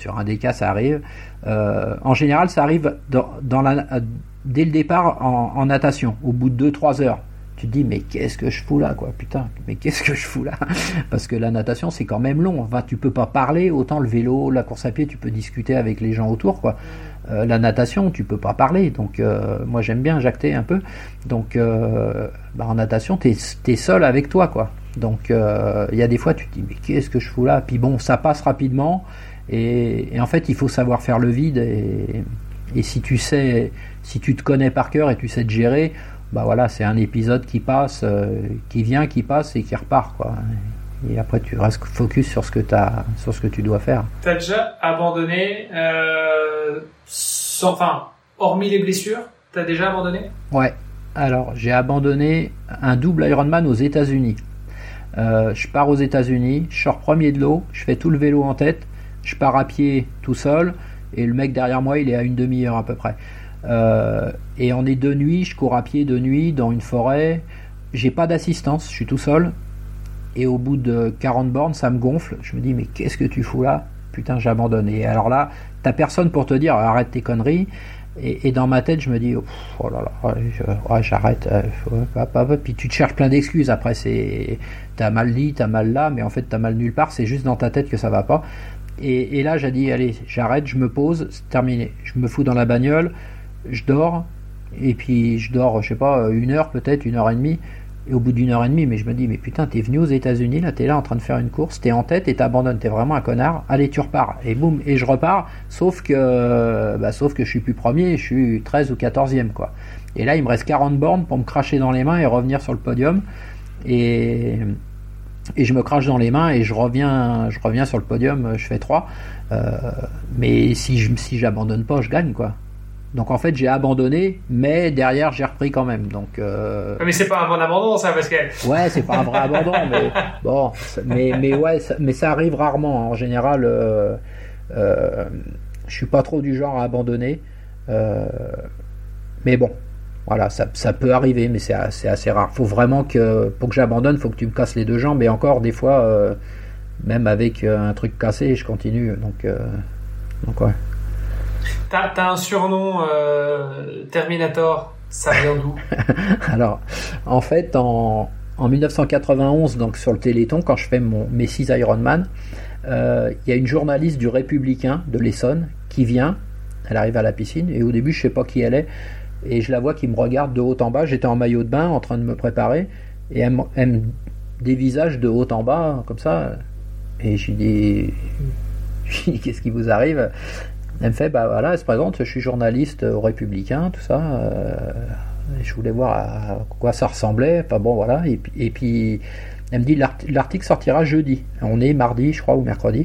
En général ça arrive dès le départ en natation, au bout de 2-3 heures. tu te dis mais qu'est-ce que je fous là quoi, putain, mais qu'est-ce que je fous là, parce que la natation c'est quand même long, enfin, tu peux pas parler, autant le vélo, la course à pied tu peux discuter avec les gens autour quoi, la natation tu peux pas parler, donc moi j'aime bien jacter un peu, donc en natation t'es seul avec toi quoi, donc il y a des fois tu te dis mais qu'est-ce que je fous là, puis bon ça passe rapidement et en fait il faut savoir faire le vide et si tu te connais par cœur et tu sais te gérer, bah voilà, c'est un épisode qui passe, qui vient, qui passe et qui repart quoi. Et après tu restes focus sur ce que tu dois faire. T'as déjà abandonné, hormis les blessures, t'as déjà abandonné? Ouais. Alors j'ai abandonné un double Ironman aux États-Unis. Je pars aux États-Unis, je sors premier de l'eau, je fais tout le vélo en tête, je pars à pied tout seul et le mec derrière moi il est à une demi-heure à peu près. Et on est de nuit, je cours à pied de nuit dans une forêt, j'ai pas d'assistance, je suis tout seul et au bout de 40 bornes ça me gonfle, je me dis mais qu'est-ce que tu fous là, putain j'abandonne. Et alors là t'as personne pour te dire arrête tes conneries et dans ma tête je me dis oh là là j'arrête, puis tu te cherches plein d'excuses après, t'as mal dit, t'as mal là, mais en fait t'as mal nulle part, c'est juste dans ta tête que ça va pas. Et là j'ai dit allez j'arrête, je me pose, c'est terminé, je me fous dans la bagnole, je dors, et puis je dors, je sais pas, 1 heure peut-être, 1h30, et au bout d'1h30, mais je me dis, mais putain, t'es venu aux États-Unis, là, t'es là en train de faire une course, t'es en tête et t'abandonnes, t'es vraiment un connard, allez, tu repars, et boum, et je repars, sauf que je suis plus premier, je suis 13 ou 14e, quoi. Et là, il me reste 40 bornes pour me cracher dans les mains et revenir sur le podium, et je me crache dans les mains et je reviens sur le podium, je fais 3, mais si j'abandonne pas, je gagne, quoi. Donc en fait j'ai abandonné, mais derrière j'ai repris quand même. Donc mais c'est pas un bon abandon ça, parce que ouais, c'est pas un vrai abandon, mais bon, mais ouais, mais ça arrive rarement. En général, je suis pas trop du genre à abandonner, mais bon, voilà, ça peut arriver, mais c'est assez rare. Faut vraiment pour que j'abandonne, faut que tu me casses les 2 jambes, et encore des fois, même avec un truc cassé, je continue. Donc ouais. T'as un surnom Terminator, ça vient d'où? Alors, en fait, en 1991, donc sur le Téléthon, quand je fais mes 6 Ironman, il y a une journaliste du Républicain de l'Essonne qui vient, elle arrive à la piscine, et au début je sais pas qui elle est, et je la vois qui me regarde de haut en bas, j'étais en maillot de bain en train de me préparer, et elle me dévisage de haut en bas, comme ça, et je lui dis qu'est-ce qui vous arrive? Elle me fait, bah voilà, elle se présente, je suis journaliste au Républicain, tout ça, je voulais voir à quoi ça ressemblait, enfin bon voilà, et puis elle me dit l'article sortira jeudi, on est mardi je crois ou mercredi,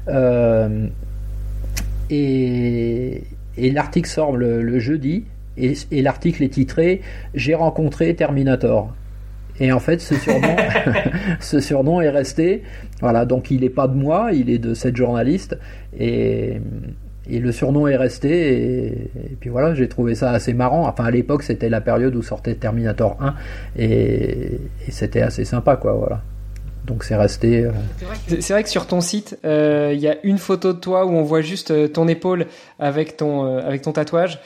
et l'article sort le jeudi, et l'article est titré J'ai rencontré Terminator. Et en fait, ce surnom est resté, voilà, donc il n'est pas de moi, il est de cette journaliste, et le surnom est resté, et puis voilà, j'ai trouvé ça assez marrant. Enfin, à l'époque, c'était la période où sortait Terminator 1, et c'était assez sympa, quoi, voilà. Donc c'est resté. C'est vrai que sur ton site, il y a une photo de toi où on voit juste ton épaule avec ton tatouage.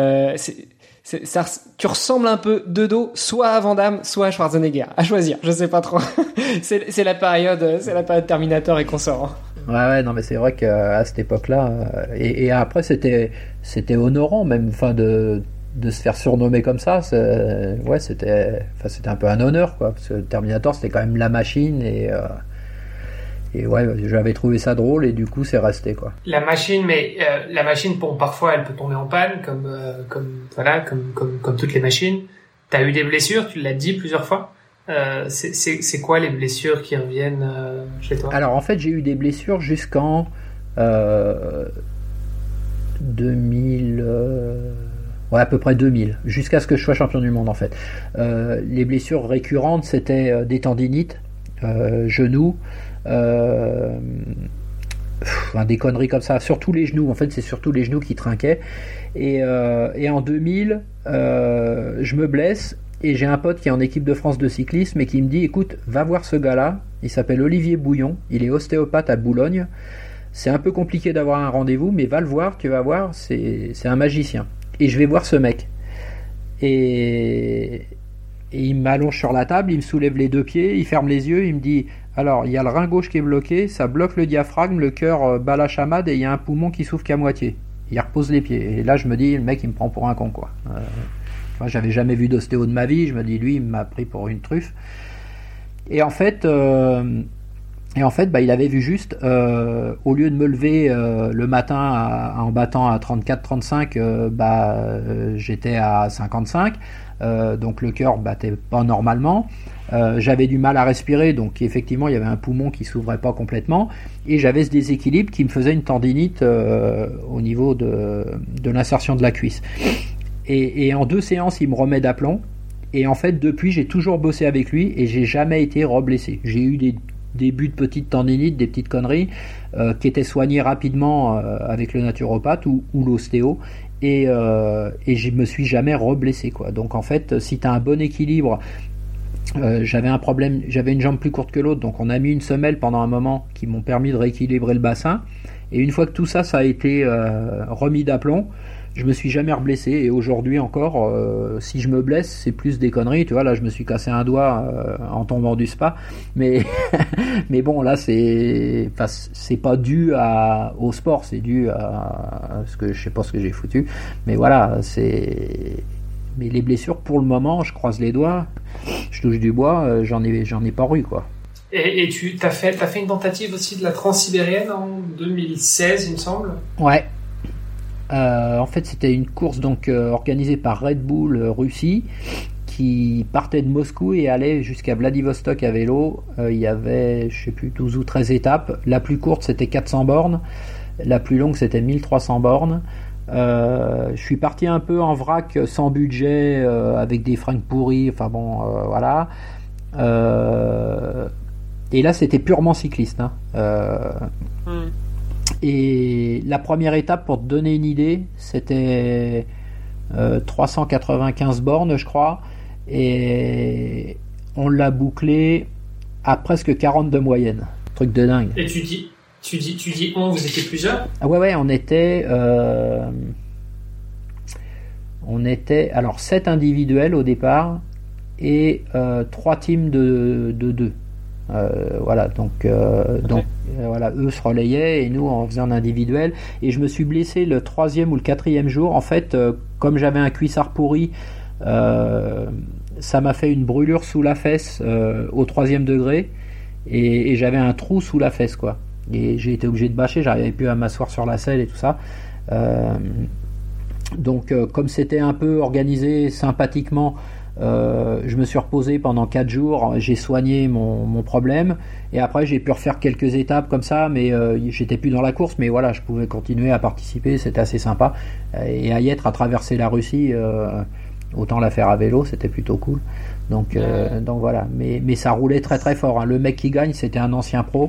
Tu ressembles un peu de dos, soit à Van Damme, soit à Schwarzenegger. À choisir, je sais pas trop. c'est la période Terminator et consort. Ouais, non, mais c'est vrai qu'à cette époque-là, et après c'était honorant même, enfin de se faire surnommer comme ça, c'était un peu un honneur, quoi, parce que Terminator c'était quand même la machine, et ouais, j'avais trouvé ça drôle, et du coup c'est resté, quoi. La machine, mais la machine, bon, parfois elle peut tomber en panne, comme toutes les machines. T'as eu des blessures, tu l'as dit plusieurs fois. C'est quoi les blessures qui reviennent chez toi? Alors en fait j'ai eu des blessures jusqu'en 2000, ouais, à peu près 2000, jusqu'à ce que je sois champion du monde en fait. Les blessures récurrentes c'était des tendinites, genoux, des conneries comme ça, surtout les genoux, en fait c'est surtout les genoux qui trinquaient, et en 2000 je me blesse. Et j'ai un pote qui est en équipe de France de cyclisme et qui me dit écoute, va voir ce gars-là, il s'appelle Olivier Bouillon, il est ostéopathe à Boulogne, c'est un peu compliqué d'avoir un rendez-vous, mais va le voir, tu vas voir, c'est un magicien. Et je vais voir ce mec. Et Et il m'allonge sur la table, il me soulève les 2 pieds, il ferme les yeux, il me dit alors il y a le rein gauche qui est bloqué, ça bloque le diaphragme, le cœur bat la chamade et il y a un poumon qui s'ouvre qu'à moitié. Il repose les pieds. Et là je me dis le mec il me prend pour un con quoi. Moi j'avais jamais vu d'ostéo de ma vie, je me dis lui il m'a pris pour une truffe. Et en fait il avait vu juste, au lieu de me lever le matin en battant à 34-35, j'étais à 55, donc le cœur battait pas normalement, j'avais du mal à respirer, donc effectivement il y avait un poumon qui s'ouvrait pas complètement, et j'avais ce déséquilibre qui me faisait une tendinite au niveau de l'insertion de la cuisse. Et en 2 séances il me remet d'aplomb, et en fait depuis j'ai toujours bossé avec lui, et j'ai jamais été reblessé. J'ai eu des débuts de petites tendinites, des petites conneries qui étaient soignées rapidement avec le naturopathe ou l'ostéo, et je me suis jamais reblessé quoi. Donc en fait si tu as un bon équilibre, j'avais un problème, j'avais une jambe plus courte que l'autre, donc on a mis une semelle pendant un moment qui m'ont permis de rééquilibrer le bassin, et une fois que tout ça a été remis d'aplomb, je me suis jamais reblessé, et aujourd'hui encore si je me blesse c'est plus des conneries, tu vois. Là je me suis cassé un doigt en tombant du spa, mais mais bon là c'est pas dû au sport, c'est dû à ce que je sais pas ce que j'ai foutu, mais voilà, mais les blessures pour le moment, je croise les doigts, je touche du bois, j'en ai pas eu quoi. Et t'as fait une tentative aussi de la Transsibérienne en 2016 il me semble. Ouais. En fait c'était une course donc organisée par Red Bull Russie, qui partait de Moscou et allait jusqu'à Vladivostok à vélo. Il y avait je sais plus 12 ou 13 étapes, la plus courte c'était 400 bornes, la plus longue c'était 1300 bornes. Je suis parti un peu en vrac, sans budget, avec des fringues pourries, enfin bon voilà, et là c'était purement cycliste hein. Et la première étape, pour te donner une idée, c'était 395 bornes, je crois, et on l'a bouclé à presque 40 de moyenne. Truc de dingue. Et tu dis vous étiez plusieurs ? Ah ouais, on était alors 7 individuels au départ et 3 teams de 2. Voilà, donc voilà, eux se relayaient et nous on faisait en individuel, et je me suis blessé le 3e ou le 4e jour en fait, comme j'avais un cuissard pourri, ça m'a fait une brûlure sous la fesse au 3e degré, et j'avais un trou sous la fesse quoi, et j'ai été obligé de bâcher, j'arrivais plus à m'asseoir sur la selle et tout ça, donc comme c'était un peu organisé sympathiquement, je me suis reposé pendant 4 jours, j'ai soigné mon problème, et après j'ai pu refaire quelques étapes comme ça, mais j'étais plus dans la course, mais voilà, je pouvais continuer à participer, c'était assez sympa, et à y être, à traverser la Russie, autant la faire à vélo, c'était plutôt cool, donc voilà, mais ça roulait très très fort hein. Le mec qui gagne c'était un ancien pro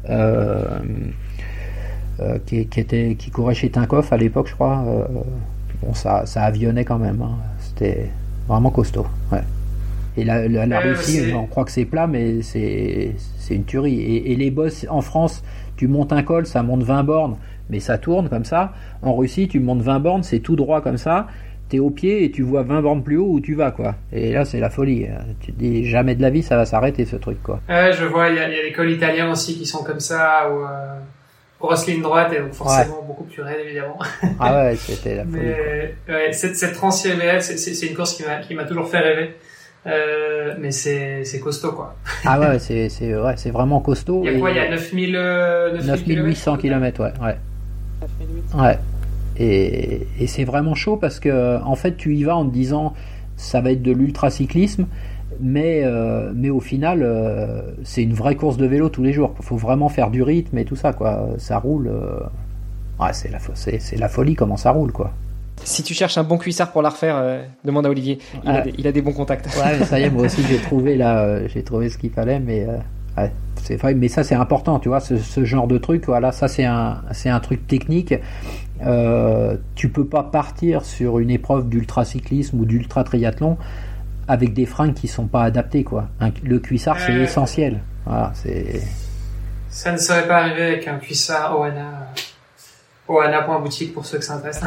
qui courait chez Tinkoff à l'époque je crois, bon ça avionnait quand même hein. C'était vraiment costaud, ouais. Et la Russie, on croit que c'est plat, mais c'est une tuerie. Et les bosses en France, tu montes un col, ça monte 20 bornes, mais ça tourne comme ça. En Russie, tu montes 20 bornes, c'est tout droit comme ça. T'es au pied et tu vois 20 bornes plus haut où tu vas, quoi. Et là, c'est la folie. Tu te dis, jamais de la vie, ça va s'arrêter, ce truc, quoi. Je vois, il y a les cols italiens aussi qui sont comme ça, où grosse ligne droite, et donc forcément beaucoup plus raide, évidemment. Ah ouais, c'était la folie. Mais ouais, cette Transsibérienne, c'est une course qui m'a toujours fait rêver. Mais c'est costaud quoi. Ah ouais, c'est vraiment costaud. Il y a quoi, il y a 9800 km, ouais. Ouais. Et c'est vraiment chaud parce que en fait tu y vas en te disant ça va être de l'ultracyclisme, mais au final c'est une vraie course de vélo tous les jours. Il faut vraiment faire du rythme et tout ça quoi. Ça roule. Ouais, c'est la folie comment ça roule quoi. Si tu cherches un bon cuissard pour la refaire, demande à Olivier. Il a des bons contacts. Ouais, mais ça y est, moi aussi j'ai trouvé ce qu'il fallait, mais ouais, c'est vrai. Mais ça c'est important, tu vois, ce genre de truc. Voilà, ça c'est un truc technique. Tu peux pas partir sur une épreuve d'ultracyclisme ou d'ultra triathlon avec des fringues qui sont pas adaptées, quoi. Le cuissard c'est essentiel. Voilà, ça ne serait pas arrivé avec un cuissard Oana.boutique pour ceux que ça intéresse.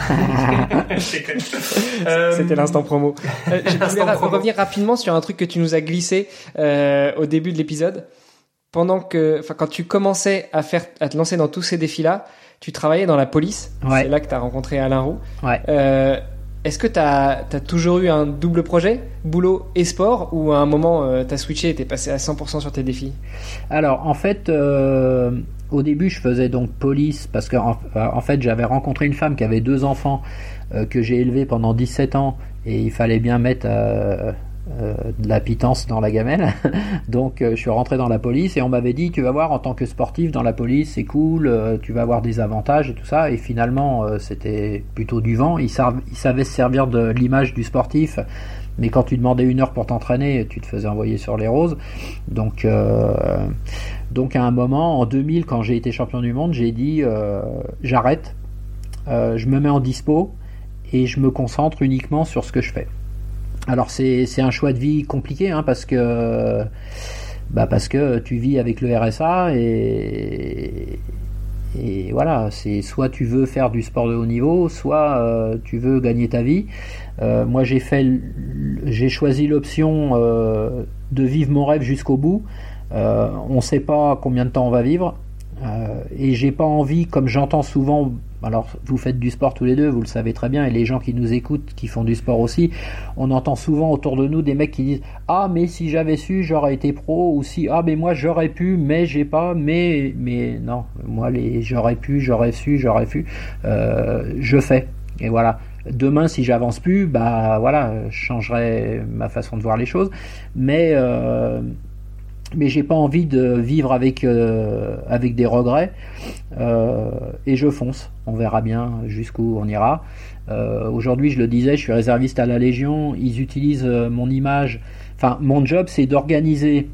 C'était l'instant promo. Je voulais revenir rapidement sur un truc que tu nous as glissé au début de l'épisode. Quand tu commençais à te lancer dans tous ces défis-là, tu travaillais dans la police. Ouais. C'est là que tu as rencontré Alain Roux. Ouais. Est-ce que tu as toujours eu un double projet, boulot et sport, ou à un moment tu as switché et tu es passé à 100% sur tes défis? Alors, en fait, au début, je faisais donc police parce que en fait, j'avais rencontré une femme qui avait 2 enfants que j'ai élevés pendant 17 ans et il fallait bien mettre de la pitance dans la gamelle. Donc je suis rentré dans la police et on m'avait dit tu vas voir en tant que sportif dans la police c'est cool, tu vas avoir des avantages et tout ça, et finalement c'était plutôt du vent. Ils savaient se servir de l'image du sportif, mais quand tu demandais 1 heure pour t'entraîner tu te faisais envoyer sur les roses. Donc à un moment en 2000 quand j'ai été champion du monde, j'ai dit j'arrête, je me mets en dispo et je me concentre uniquement sur ce que je fais. Alors c'est un choix de vie compliqué parce que tu vis avec le RSA et voilà, c'est soit tu veux faire du sport de haut niveau, soit tu veux gagner ta vie. Moi j'ai choisi l'option de vivre mon rêve jusqu'au bout. On sait pas combien de temps on va vivre et j'ai pas envie, comme j'entends souvent. Alors, vous faites du sport tous les deux, vous le savez très bien, et les gens qui nous écoutent, qui font du sport aussi, on entend souvent autour de nous des mecs qui disent « Ah, mais si j'avais su, j'aurais été pro » ou si « Ah, mais moi, j'aurais pu, mais j'ai pas, mais non, moi, j'aurais pu, j'aurais su, j'aurais pu, je fais. » Et voilà. Demain, si j'avance plus, je changerai ma façon de voir les choses, mais j'ai pas envie de vivre avec des regrets, et je fonce. On verra bien jusqu'où on ira. Aujourd'hui, je le disais, je suis réserviste à la Légion. Ils utilisent mon image. Enfin, mon job, c'est d'organiser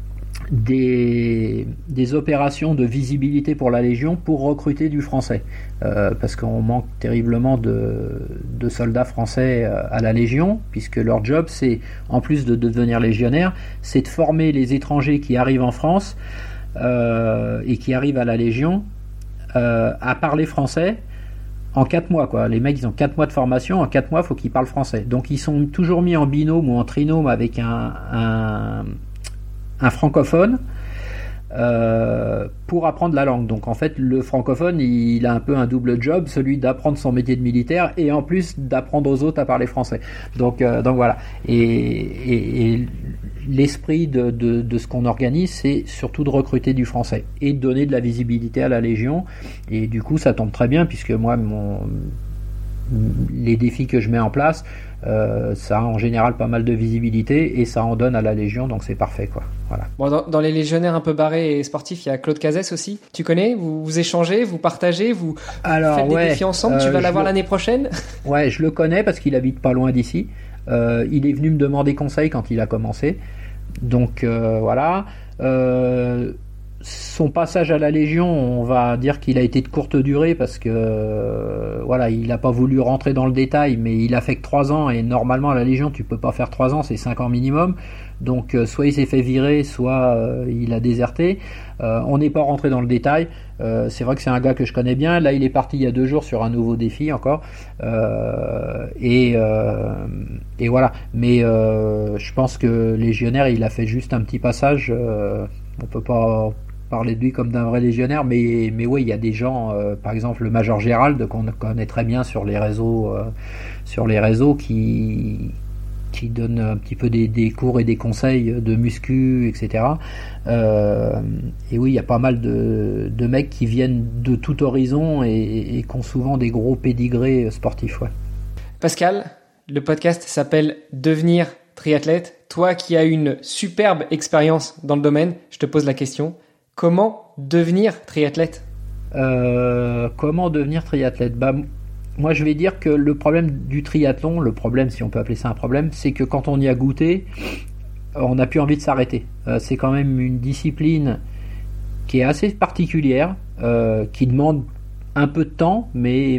des opérations de visibilité pour la Légion pour recruter du français, parce qu'on manque terriblement de soldats français à la Légion, puisque leur job, c'est, en plus de devenir légionnaire, c'est de former les étrangers qui arrivent en France et qui arrivent à la Légion à parler français en 4 mois, quoi. Les mecs, ils ont 4 mois de formation. En 4 mois, il faut qu'ils parlent français. Donc, ils sont toujours mis en binôme ou en trinôme avec un francophone pour apprendre la langue. Donc en fait le francophone il a un peu un double job, celui d'apprendre son métier de militaire et en plus d'apprendre aux autres à parler français. Donc voilà. Et l'esprit de ce qu'on organise, c'est surtout de recruter du français et de donner de la visibilité à la Légion. Et du coup ça tombe très bien puisque moi les défis que je mets en place, ça a en général pas mal de visibilité et ça en donne à la Légion, donc c'est parfait, quoi. Voilà. Bon, dans les légionnaires un peu barrés et sportifs, il y a Claude Cazès aussi. Tu connais? Vous échangez, vous partagez, vous faites des défis ensemble. Tu vas l'avoir l'année prochaine? Ouais, je le connais parce qu'il habite pas loin d'ici. Il est venu me demander conseil quand il a commencé. Donc voilà. Son passage à la Légion, on va dire qu'il a été de courte durée parce que voilà, il n'a pas voulu rentrer dans le détail, mais il a fait que 3 ans et normalement à la Légion tu peux pas faire 3 ans, c'est 5 ans minimum. Donc soit il s'est fait virer, soit il a déserté. On n'est pas rentré dans le détail. C'est vrai que c'est un gars que je connais bien. Là il est parti il y a 2 jours sur un nouveau défi encore. Et voilà. Mais je pense que légionnaire, il a fait juste un petit passage. On peut pas parler de lui comme d'un vrai légionnaire, mais oui, il y a des gens, par exemple le Major Gérald qu'on connaît très bien sur les réseaux qui donnent un petit peu des cours et des conseils de muscu, etc. Et oui, il y a pas mal de mecs qui viennent de tout horizon et qui ont souvent des gros pédigrés sportifs. Ouais. Pascal, le podcast s'appelle Devenir triathlète. Toi qui as une superbe expérience dans le domaine, je te pose la question. Comment devenir triathlète ? Comment devenir triathlète ? Moi, je vais dire que le problème du triathlon, le problème, si on peut appeler ça un problème, c'est que quand on y a goûté, on n'a plus envie de s'arrêter. C'est quand même une discipline qui est assez particulière, qui demande un peu de temps, mais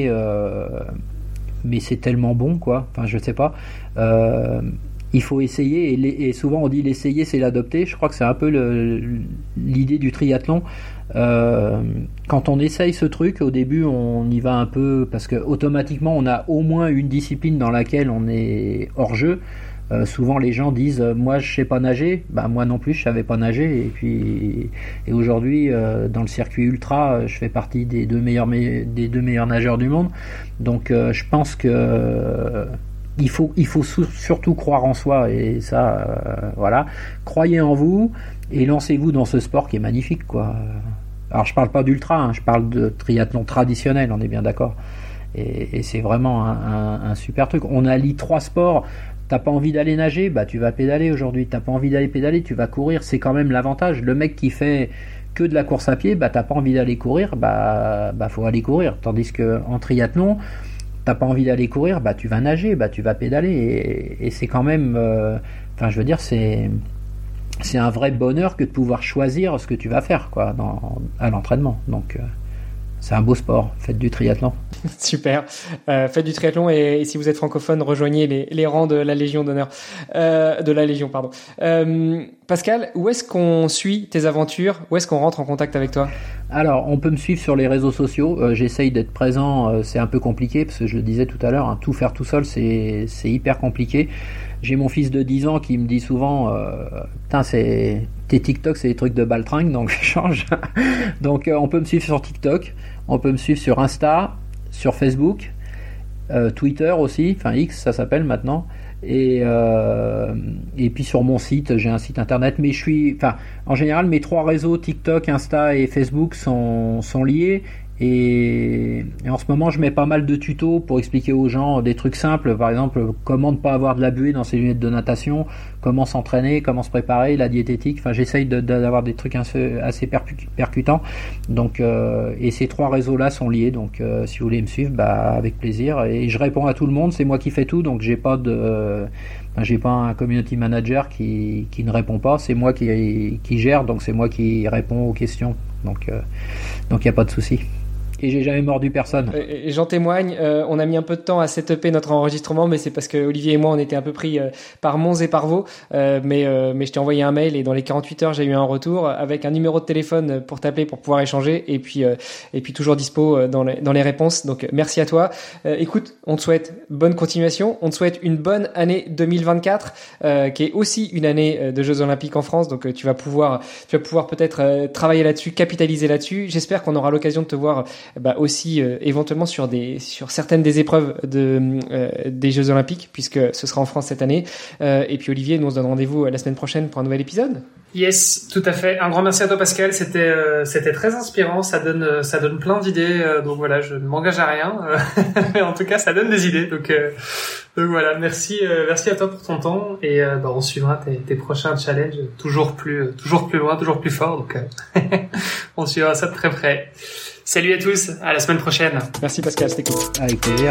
c'est tellement bon, quoi. Enfin, je sais pas. Il faut essayer, et souvent on dit l'essayer c'est l'adopter. Je crois que c'est un peu l'idée du triathlon. Quand on essaye ce truc, au début on y va un peu parce que automatiquement on a au moins une discipline dans laquelle on est hors jeu. Souvent les gens disent moi je sais pas nager, bah moi non plus je savais pas nager, et aujourd'hui dans le circuit ultra je fais partie des deux meilleurs nageurs du monde. Donc je pense que il faut surtout croire en soi, et ça voilà, croyez en vous et lancez-vous dans ce sport qui est magnifique, quoi. Alors je parle pas d'ultra, hein, je parle de triathlon traditionnel, on est bien d'accord, et c'est vraiment un super truc. On allie 3 sports. T'as pas envie d'aller nager, bah tu vas pédaler aujourd'hui. T'as pas envie d'aller pédaler, tu vas courir. C'est quand même l'avantage. Le mec qui fait que de la course à pied, bah t'as pas envie d'aller courir, bah faut aller courir. Tandis que en triathlon, t'as pas envie d'aller courir, bah tu vas nager, bah tu vas pédaler, et c'est quand même, enfin je veux dire, c'est un vrai bonheur que de pouvoir choisir ce que tu vas faire, quoi, à l'entraînement. Donc c'est un beau sport, faites du triathlon. Super, faites du triathlon, et si vous êtes francophone, rejoignez les rangs de la Légion d'honneur, de la Légion, pardon. Pascal, où est-ce qu'on suit tes aventures? Où est-ce qu'on rentre en contact avec toi? Alors, on peut me suivre sur les réseaux sociaux. J'essaye d'être présent. C'est un peu compliqué parce que je le disais tout à l'heure, hein, tout faire tout seul, c'est hyper compliqué. J'ai mon fils de 10 ans qui me dit souvent putain, tes TikTok, c'est des trucs de baltringue, donc je change. Donc on peut me suivre sur TikTok, on peut me suivre sur Insta, sur Facebook, Twitter aussi, enfin X ça s'appelle maintenant, et puis sur mon site, j'ai un site internet, mais en général mes 3 réseaux, TikTok, Insta et Facebook sont liés. Et en ce moment je mets pas mal de tutos pour expliquer aux gens des trucs simples, par exemple comment ne pas avoir de la buée dans ses lunettes de natation, comment s'entraîner, comment se préparer, la diététique. Enfin j'essaye d'avoir des trucs assez percutants. Donc et ces 3 réseaux là sont liés, donc si vous voulez me suivre, bah avec plaisir, et je réponds à tout le monde, c'est moi qui fais tout, donc j'ai pas un community manager qui ne répond pas, c'est moi qui gère, donc c'est moi qui réponds aux questions, donc y a pas de souci. Et j'ai jamais mordu personne. Et j'en témoigne, on a mis un peu de temps à setuper notre enregistrement, mais c'est parce que Olivier et moi on était un peu pris par Mons et par Vaux, mais je t'ai envoyé un mail, et dans les 48 heures j'ai eu un retour avec un numéro de téléphone pour t'appeler, pour pouvoir échanger, et puis toujours dispo dans les réponses. Donc merci à toi. Écoute, on te souhaite bonne continuation, on te souhaite une bonne année 2024 qui est aussi une année de Jeux Olympiques en France, donc tu vas pouvoir peut-être travailler là-dessus, capitaliser là-dessus. J'espère qu'on aura l'occasion de te voir aussi éventuellement sur certaines des épreuves des Jeux Olympiques, puisque ce sera en France cette année. Et puis Olivier, nous on se donne rendez-vous la semaine prochaine pour un nouvel épisode. Yes, tout à fait. Un grand merci à toi Pascal, c'était très inspirant, ça donne plein d'idées, donc voilà, je ne m'engage à rien, mais en tout cas ça donne des idées, donc voilà, merci à toi pour ton temps, et on suivra tes prochains challenges toujours plus loin, toujours plus fort, donc on suivra ça de très près. Salut à tous, à la semaine prochaine. Merci Pascal, c'était cool. Avec plaisir.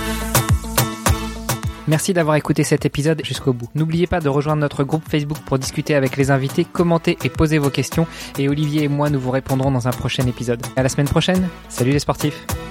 Merci d'avoir écouté cet épisode jusqu'au bout. N'oubliez pas de rejoindre notre groupe Facebook pour discuter avec les invités, commenter et poser vos questions. Et Olivier et moi, nous vous répondrons dans un prochain épisode. À la semaine prochaine. Salut les sportifs.